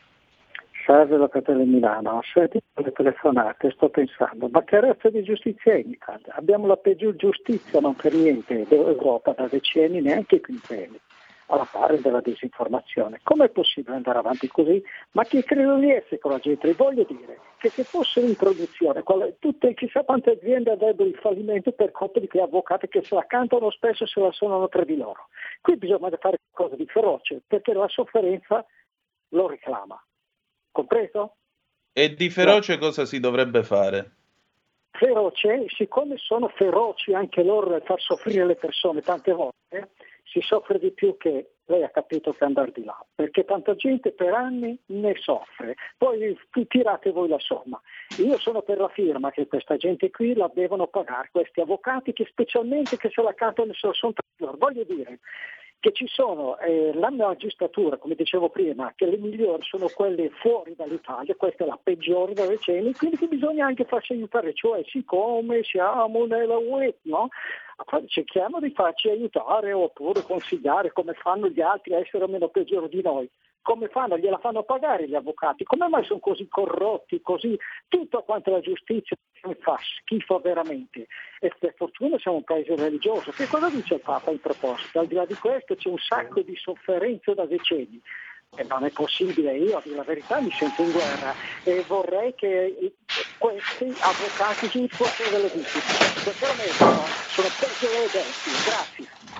Salve, Locatelli Milano, senti le telefonate, sto pensando, ma che razza di giustizia è in Italia? Abbiamo la peggior giustizia, non per niente, d'Europa da decenni, neanche i quinquenni, alla pari della disinformazione. Com'è possibile andare avanti così? Ma chi crede di essere con la gente? Voglio dire che se fosse l'introduzione, tutte, chissà quante aziende avrebbero il fallimento per colpa di quei avvocati che se la cantano spesso se la suonano tra di loro. Qui bisogna fare qualcosa di feroce, perché la sofferenza lo reclama. Compreso? E di feroce no. Cosa si dovrebbe fare? Feroce, siccome sono feroci anche loro nel far soffrire le persone tante volte, si soffre di più che lei ha capito che andare di là, perché tanta gente per anni ne soffre, poi tirate voi la somma. Io sono per la firma che questa gente qui la devono pagare, questi avvocati che specialmente che se la cantano se la sono tra loro. Voglio dire che ci sono eh, la magistratura, come dicevo prima, che le migliori sono quelle fuori dall'Italia, questa è la peggiore da decenni, quindi che bisogna anche farci aiutare, cioè siccome siamo nella U E, no? Cerchiamo di farci aiutare oppure consigliare come fanno gli altri a essere meno peggiori di noi. Come fanno? Gliela fanno pagare gli avvocati? Come mai sono così corrotti, così tutto quanto la giustizia fa schifo veramente? E per fortuna siamo un paese religioso. Che cosa dice il Papa in proposito? Al di là di questo c'è un sacco di sofferenze da decenni. E non è possibile, io a dire la verità mi sento in guerra e vorrei che questi avvocati ci fossero delle vittime, perché sono peggio delle bestie. Grazie.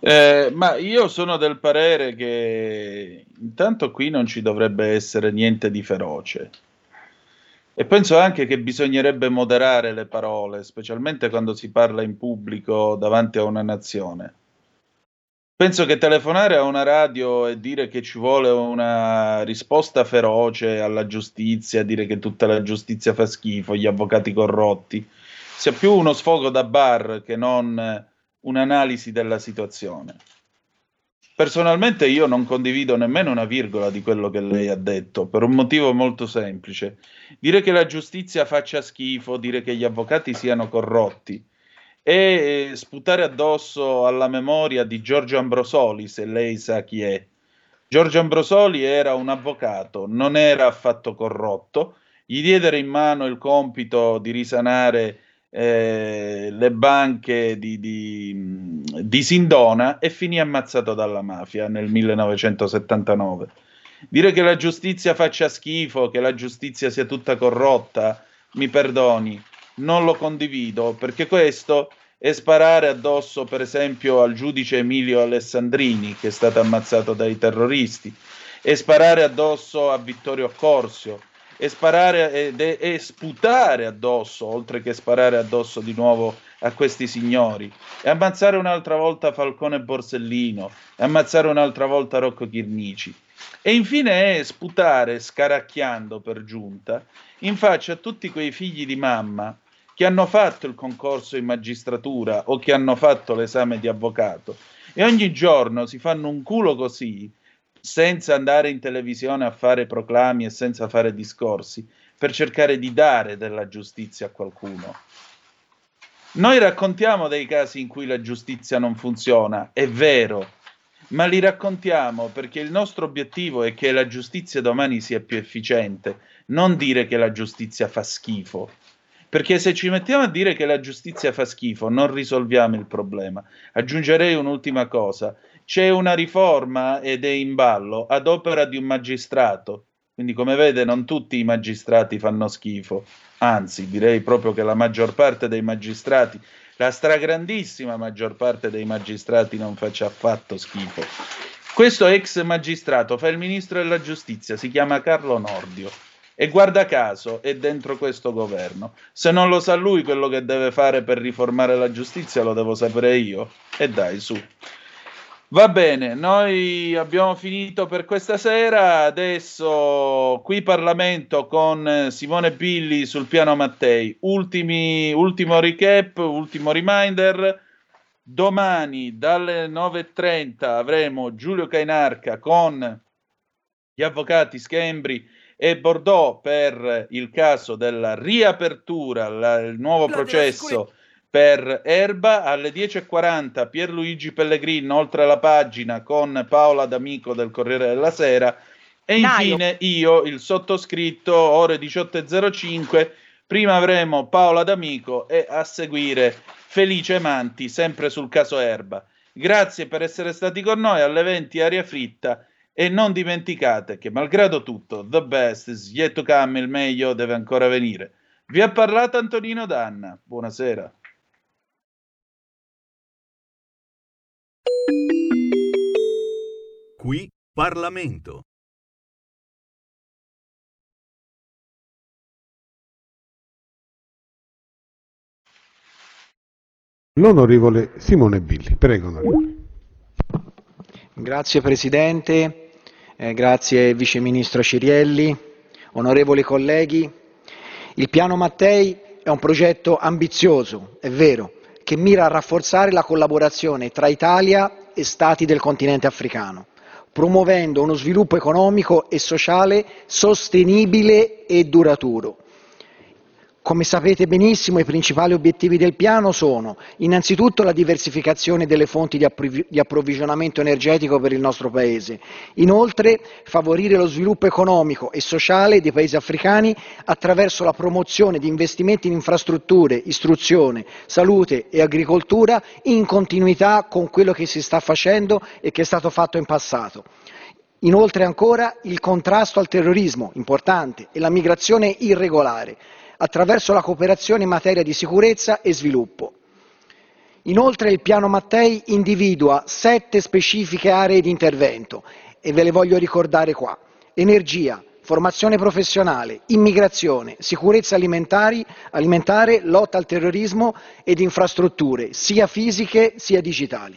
Eh, ma io sono del parere che intanto qui non ci dovrebbe essere niente di feroce. E penso anche che bisognerebbe moderare le parole, specialmente quando si parla in pubblico davanti a una nazione. Penso che telefonare a una radio e dire che ci vuole una risposta feroce alla giustizia, dire che tutta la giustizia fa schifo, gli avvocati corrotti, sia più uno sfogo da bar che non un'analisi della situazione. Personalmente io non condivido nemmeno una virgola di quello che lei ha detto, per un motivo molto semplice. Dire che la giustizia faccia schifo, dire che gli avvocati siano corrotti e sputare addosso alla memoria di Giorgio Ambrosoli, se lei sa chi è. Giorgio Ambrosoli era un avvocato, non era affatto corrotto, gli diedero in mano il compito di risanare eh, le banche di, di, di Sindona e finì ammazzato dalla mafia nel millenovecentosettantanove. Dire che la giustizia faccia schifo, che la giustizia sia tutta corrotta, mi perdoni, non lo condivido, perché questo è sparare addosso, per esempio, al giudice Emilio Alessandrini, che è stato ammazzato dai terroristi, è sparare addosso a Vittorio Accorsio, è sparare ed è, è sputare addosso, oltre che sparare addosso di nuovo a questi signori, e ammazzare un'altra volta Falcone Borsellino, e ammazzare un'altra volta Rocco Chinnici. E infine è sputare, scaracchiando per giunta, in faccia a tutti quei figli di mamma che hanno fatto il concorso in magistratura o che hanno fatto l'esame di avvocato e ogni giorno si fanno un culo così, senza andare in televisione a fare proclami e senza fare discorsi, per cercare di dare della giustizia a qualcuno. Noi raccontiamo dei casi in cui la giustizia non funziona, è vero, ma li raccontiamo perché il nostro obiettivo è che la giustizia domani sia più efficiente, non dire che la giustizia fa schifo. Perché se ci mettiamo a dire che la giustizia fa schifo, non risolviamo il problema. Aggiungerei un'ultima cosa. C'è una riforma ed è in ballo ad opera di un magistrato. Quindi, come vede, non tutti i magistrati fanno schifo. Anzi, direi proprio che la maggior parte dei magistrati, la stragrandissima maggior parte dei magistrati non faccia affatto schifo. Questo ex magistrato fa il ministro della giustizia, si chiama Carlo Nordio. E guarda caso è dentro questo governo. Se non lo sa lui quello che deve fare per riformare la giustizia, lo devo sapere io. E dai, su. Va bene, noi abbiamo finito per questa sera. Adesso qui Parlamento con Simone Billi sul piano Mattei. Ultimi, ultimo recap, ultimo reminder. Domani dalle nove e trenta avremo Giulio Cainarca con gli avvocati Schembri e Bordeaux per il caso della riapertura, la, il nuovo la processo per Erba. Alle dieci e quaranta Pierluigi Pellegrino, oltre la pagina, con Paola D'Amico del Corriere della Sera. E infine io, il sottoscritto, ore diciotto e zero cinque. Prima avremo Paola D'Amico e a seguire Felice Manti, sempre sul caso Erba. Grazie per essere stati con noi. Alle venti Aria Fritta. E non dimenticate che, malgrado tutto, the best is yet to come, il meglio deve ancora venire. Vi ha parlato Antonino Danna. Buonasera. Qui Parlamento. L'onorevole Simone Billi. Prego, onorevole. Grazie Presidente. Eh, grazie Vice Ministro Cirielli, onorevoli colleghi. Il Piano Mattei è un progetto ambizioso, è vero, che mira a rafforzare la collaborazione tra Italia e Stati del continente africano, promuovendo uno sviluppo economico e sociale sostenibile e duraturo. Come sapete benissimo, i principali obiettivi del piano sono innanzitutto la diversificazione delle fonti di, approvvi- di approvvigionamento energetico per il nostro Paese, inoltre favorire lo sviluppo economico e sociale dei Paesi africani attraverso la promozione di investimenti in infrastrutture, istruzione, salute e agricoltura in continuità con quello che si sta facendo e che è stato fatto in passato. Inoltre ancora il contrasto al terrorismo, importante, e la migrazione irregolare, attraverso la cooperazione in materia di sicurezza e sviluppo. Inoltre il piano Mattei individua sette specifiche aree di intervento e ve le voglio ricordare qua: energia, formazione professionale, immigrazione, sicurezza alimentari, alimentare, lotta al terrorismo ed infrastrutture, sia fisiche sia digitali.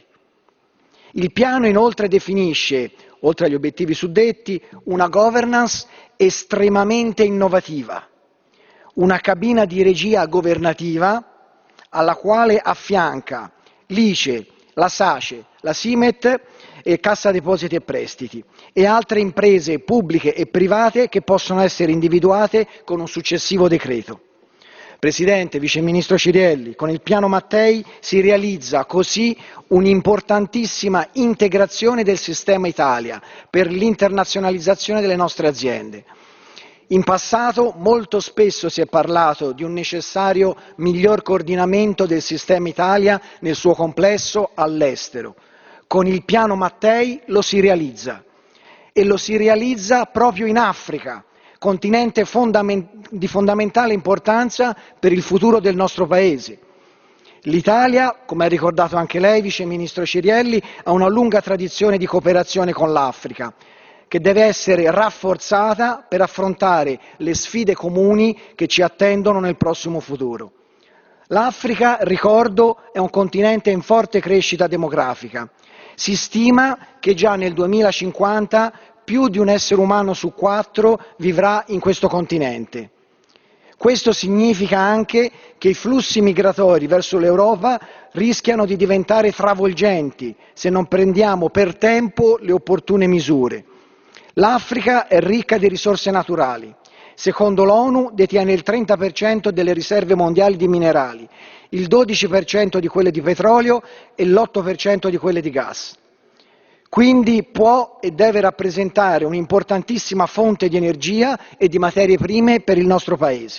Il piano inoltre definisce, oltre agli obiettivi suddetti, una governance estremamente innovativa, una cabina di regia governativa alla quale affianca l'I C E, la SACE, la SIMET e Cassa Depositi e Prestiti e altre imprese pubbliche e private che possono essere individuate con un successivo decreto. Presidente, Vice Ministro Cirielli, con il piano Mattei si realizza così un'importantissima integrazione del sistema Italia per l'internazionalizzazione delle nostre aziende. In passato molto spesso si è parlato di un necessario miglior coordinamento del sistema Italia nel suo complesso all'estero. Con il piano Mattei lo si realizza e lo si realizza proprio in Africa, continente fondament- di fondamentale importanza per il futuro del nostro Paese. L'Italia, come ha ricordato anche lei, Vice Ministro Cirielli, ha una lunga tradizione di cooperazione con l'Africa, che deve essere rafforzata per affrontare le sfide comuni che ci attendono nel prossimo futuro. L'Africa, ricordo, è un continente in forte crescita demografica. Si stima che già nel duemilacinquanta più di un essere umano su quattro vivrà in questo continente. Questo significa anche che i flussi migratori verso l'Europa rischiano di diventare travolgenti se non prendiamo per tempo le opportune misure. L'Africa è ricca di risorse naturali. Secondo l'ONU detiene il trenta per cento delle riserve mondiali di minerali, il dodici per cento di quelle di petrolio e l'otto per cento di quelle di gas. Quindi può e deve rappresentare un'importantissima fonte di energia e di materie prime per il nostro Paese.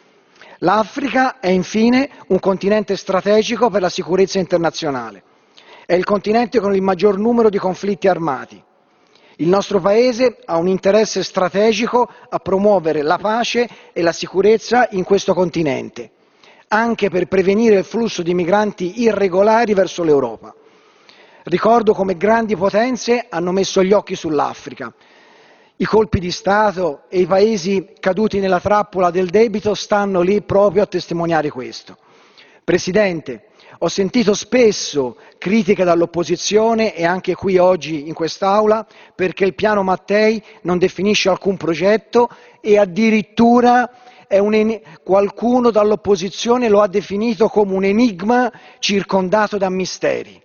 L'Africa è infine un continente strategico per la sicurezza internazionale. È il continente con il maggior numero di conflitti armati. Il nostro Paese ha un interesse strategico a promuovere la pace e la sicurezza in questo continente, anche per prevenire il flusso di migranti irregolari verso l'Europa. Ricordo come grandi potenze hanno messo gli occhi sull'Africa. I colpi di Stato e i paesi caduti nella trappola del debito stanno lì proprio a testimoniare questo. Presidente, ho sentito spesso critiche dall'opposizione e anche qui oggi in quest'Aula perché il piano Mattei non definisce alcun progetto e addirittura è un en- qualcuno dall'opposizione lo ha definito come un enigma circondato da misteri.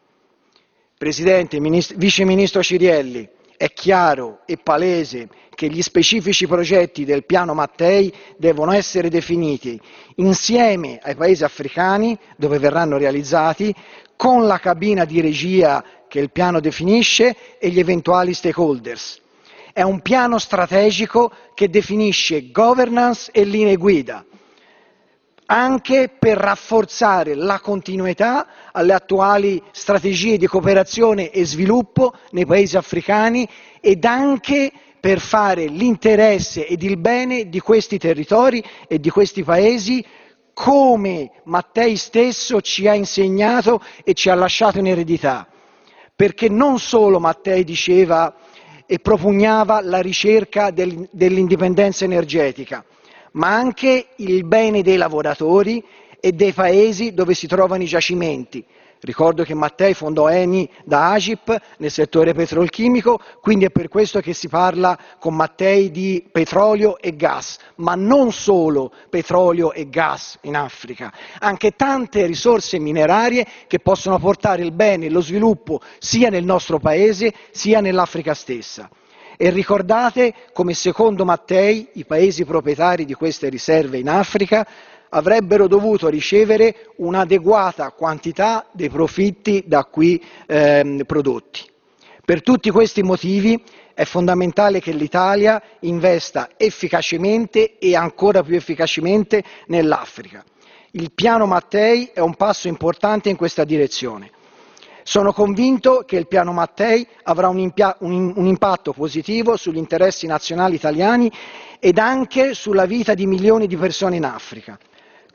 Presidente, Ministro, Vice Ministro Cirielli, è chiaro e palese che gli specifici progetti del piano Mattei devono essere definiti insieme ai paesi africani dove verranno realizzati, con la cabina di regia che il piano definisce e gli eventuali stakeholders. È un piano strategico che definisce governance e linee guida, anche per rafforzare la continuità alle attuali strategie di cooperazione e sviluppo nei paesi africani ed anche per fare l'interesse ed il bene di questi territori e di questi paesi, come Mattei stesso ci ha insegnato e ci ha lasciato in eredità. Perché non solo Mattei diceva e propugnava la ricerca del, dell'indipendenza energetica, ma anche il bene dei lavoratori e dei paesi dove si trovano i giacimenti. Ricordo che Mattei fondò Eni da Agip nel settore petrolchimico, quindi è per questo che si parla con Mattei di petrolio e gas, ma non solo petrolio e gas in Africa, anche tante risorse minerarie che possono portare il bene e lo sviluppo sia nel nostro paese sia nell'Africa stessa. E ricordate come secondo Mattei i paesi proprietari di queste riserve in Africa avrebbero dovuto ricevere un'adeguata quantità dei profitti da qui ehm, prodotti. Per tutti questi motivi è fondamentale che l'Italia investa efficacemente e ancora più efficacemente nell'Africa. Il piano Mattei è un passo importante in questa direzione. Sono convinto che il piano Mattei avrà un, impia- un, un impatto positivo sugli interessi nazionali italiani ed anche sulla vita di milioni di persone in Africa.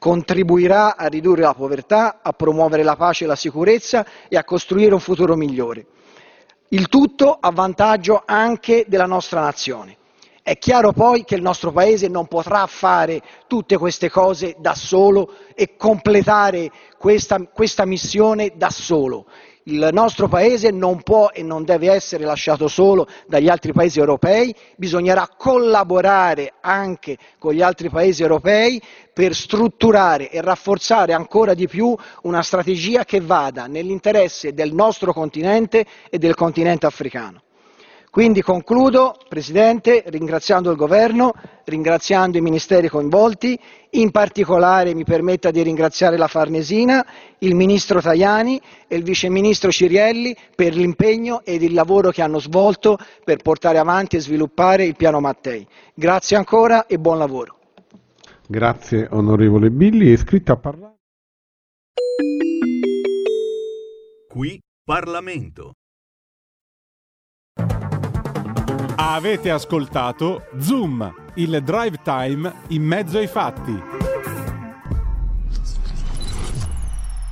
contribuirà a ridurre la povertà, a promuovere la pace e la sicurezza e a costruire un futuro migliore. Il tutto a vantaggio anche della nostra nazione. È chiaro poi che il nostro Paese non potrà fare tutte queste cose da solo e completare questa, questa missione da solo. Il nostro Paese non può e non deve essere lasciato solo dagli altri Paesi europei, bisognerà collaborare anche con gli altri Paesi europei per strutturare e rafforzare ancora di più una strategia che vada nell'interesse del nostro continente e del continente africano. Quindi concludo, Presidente, ringraziando il Governo, ringraziando i ministeri coinvolti, in particolare mi permetta di ringraziare la Farnesina, il Ministro Tajani e il Vice Ministro Cirielli per l'impegno ed il lavoro che hanno svolto per portare avanti e sviluppare il Piano Mattei. Grazie ancora e buon lavoro. Grazie onorevole Billi. È iscritto a parlare. Qui Parlamento. Avete ascoltato Zoom, il drive time in mezzo ai fatti.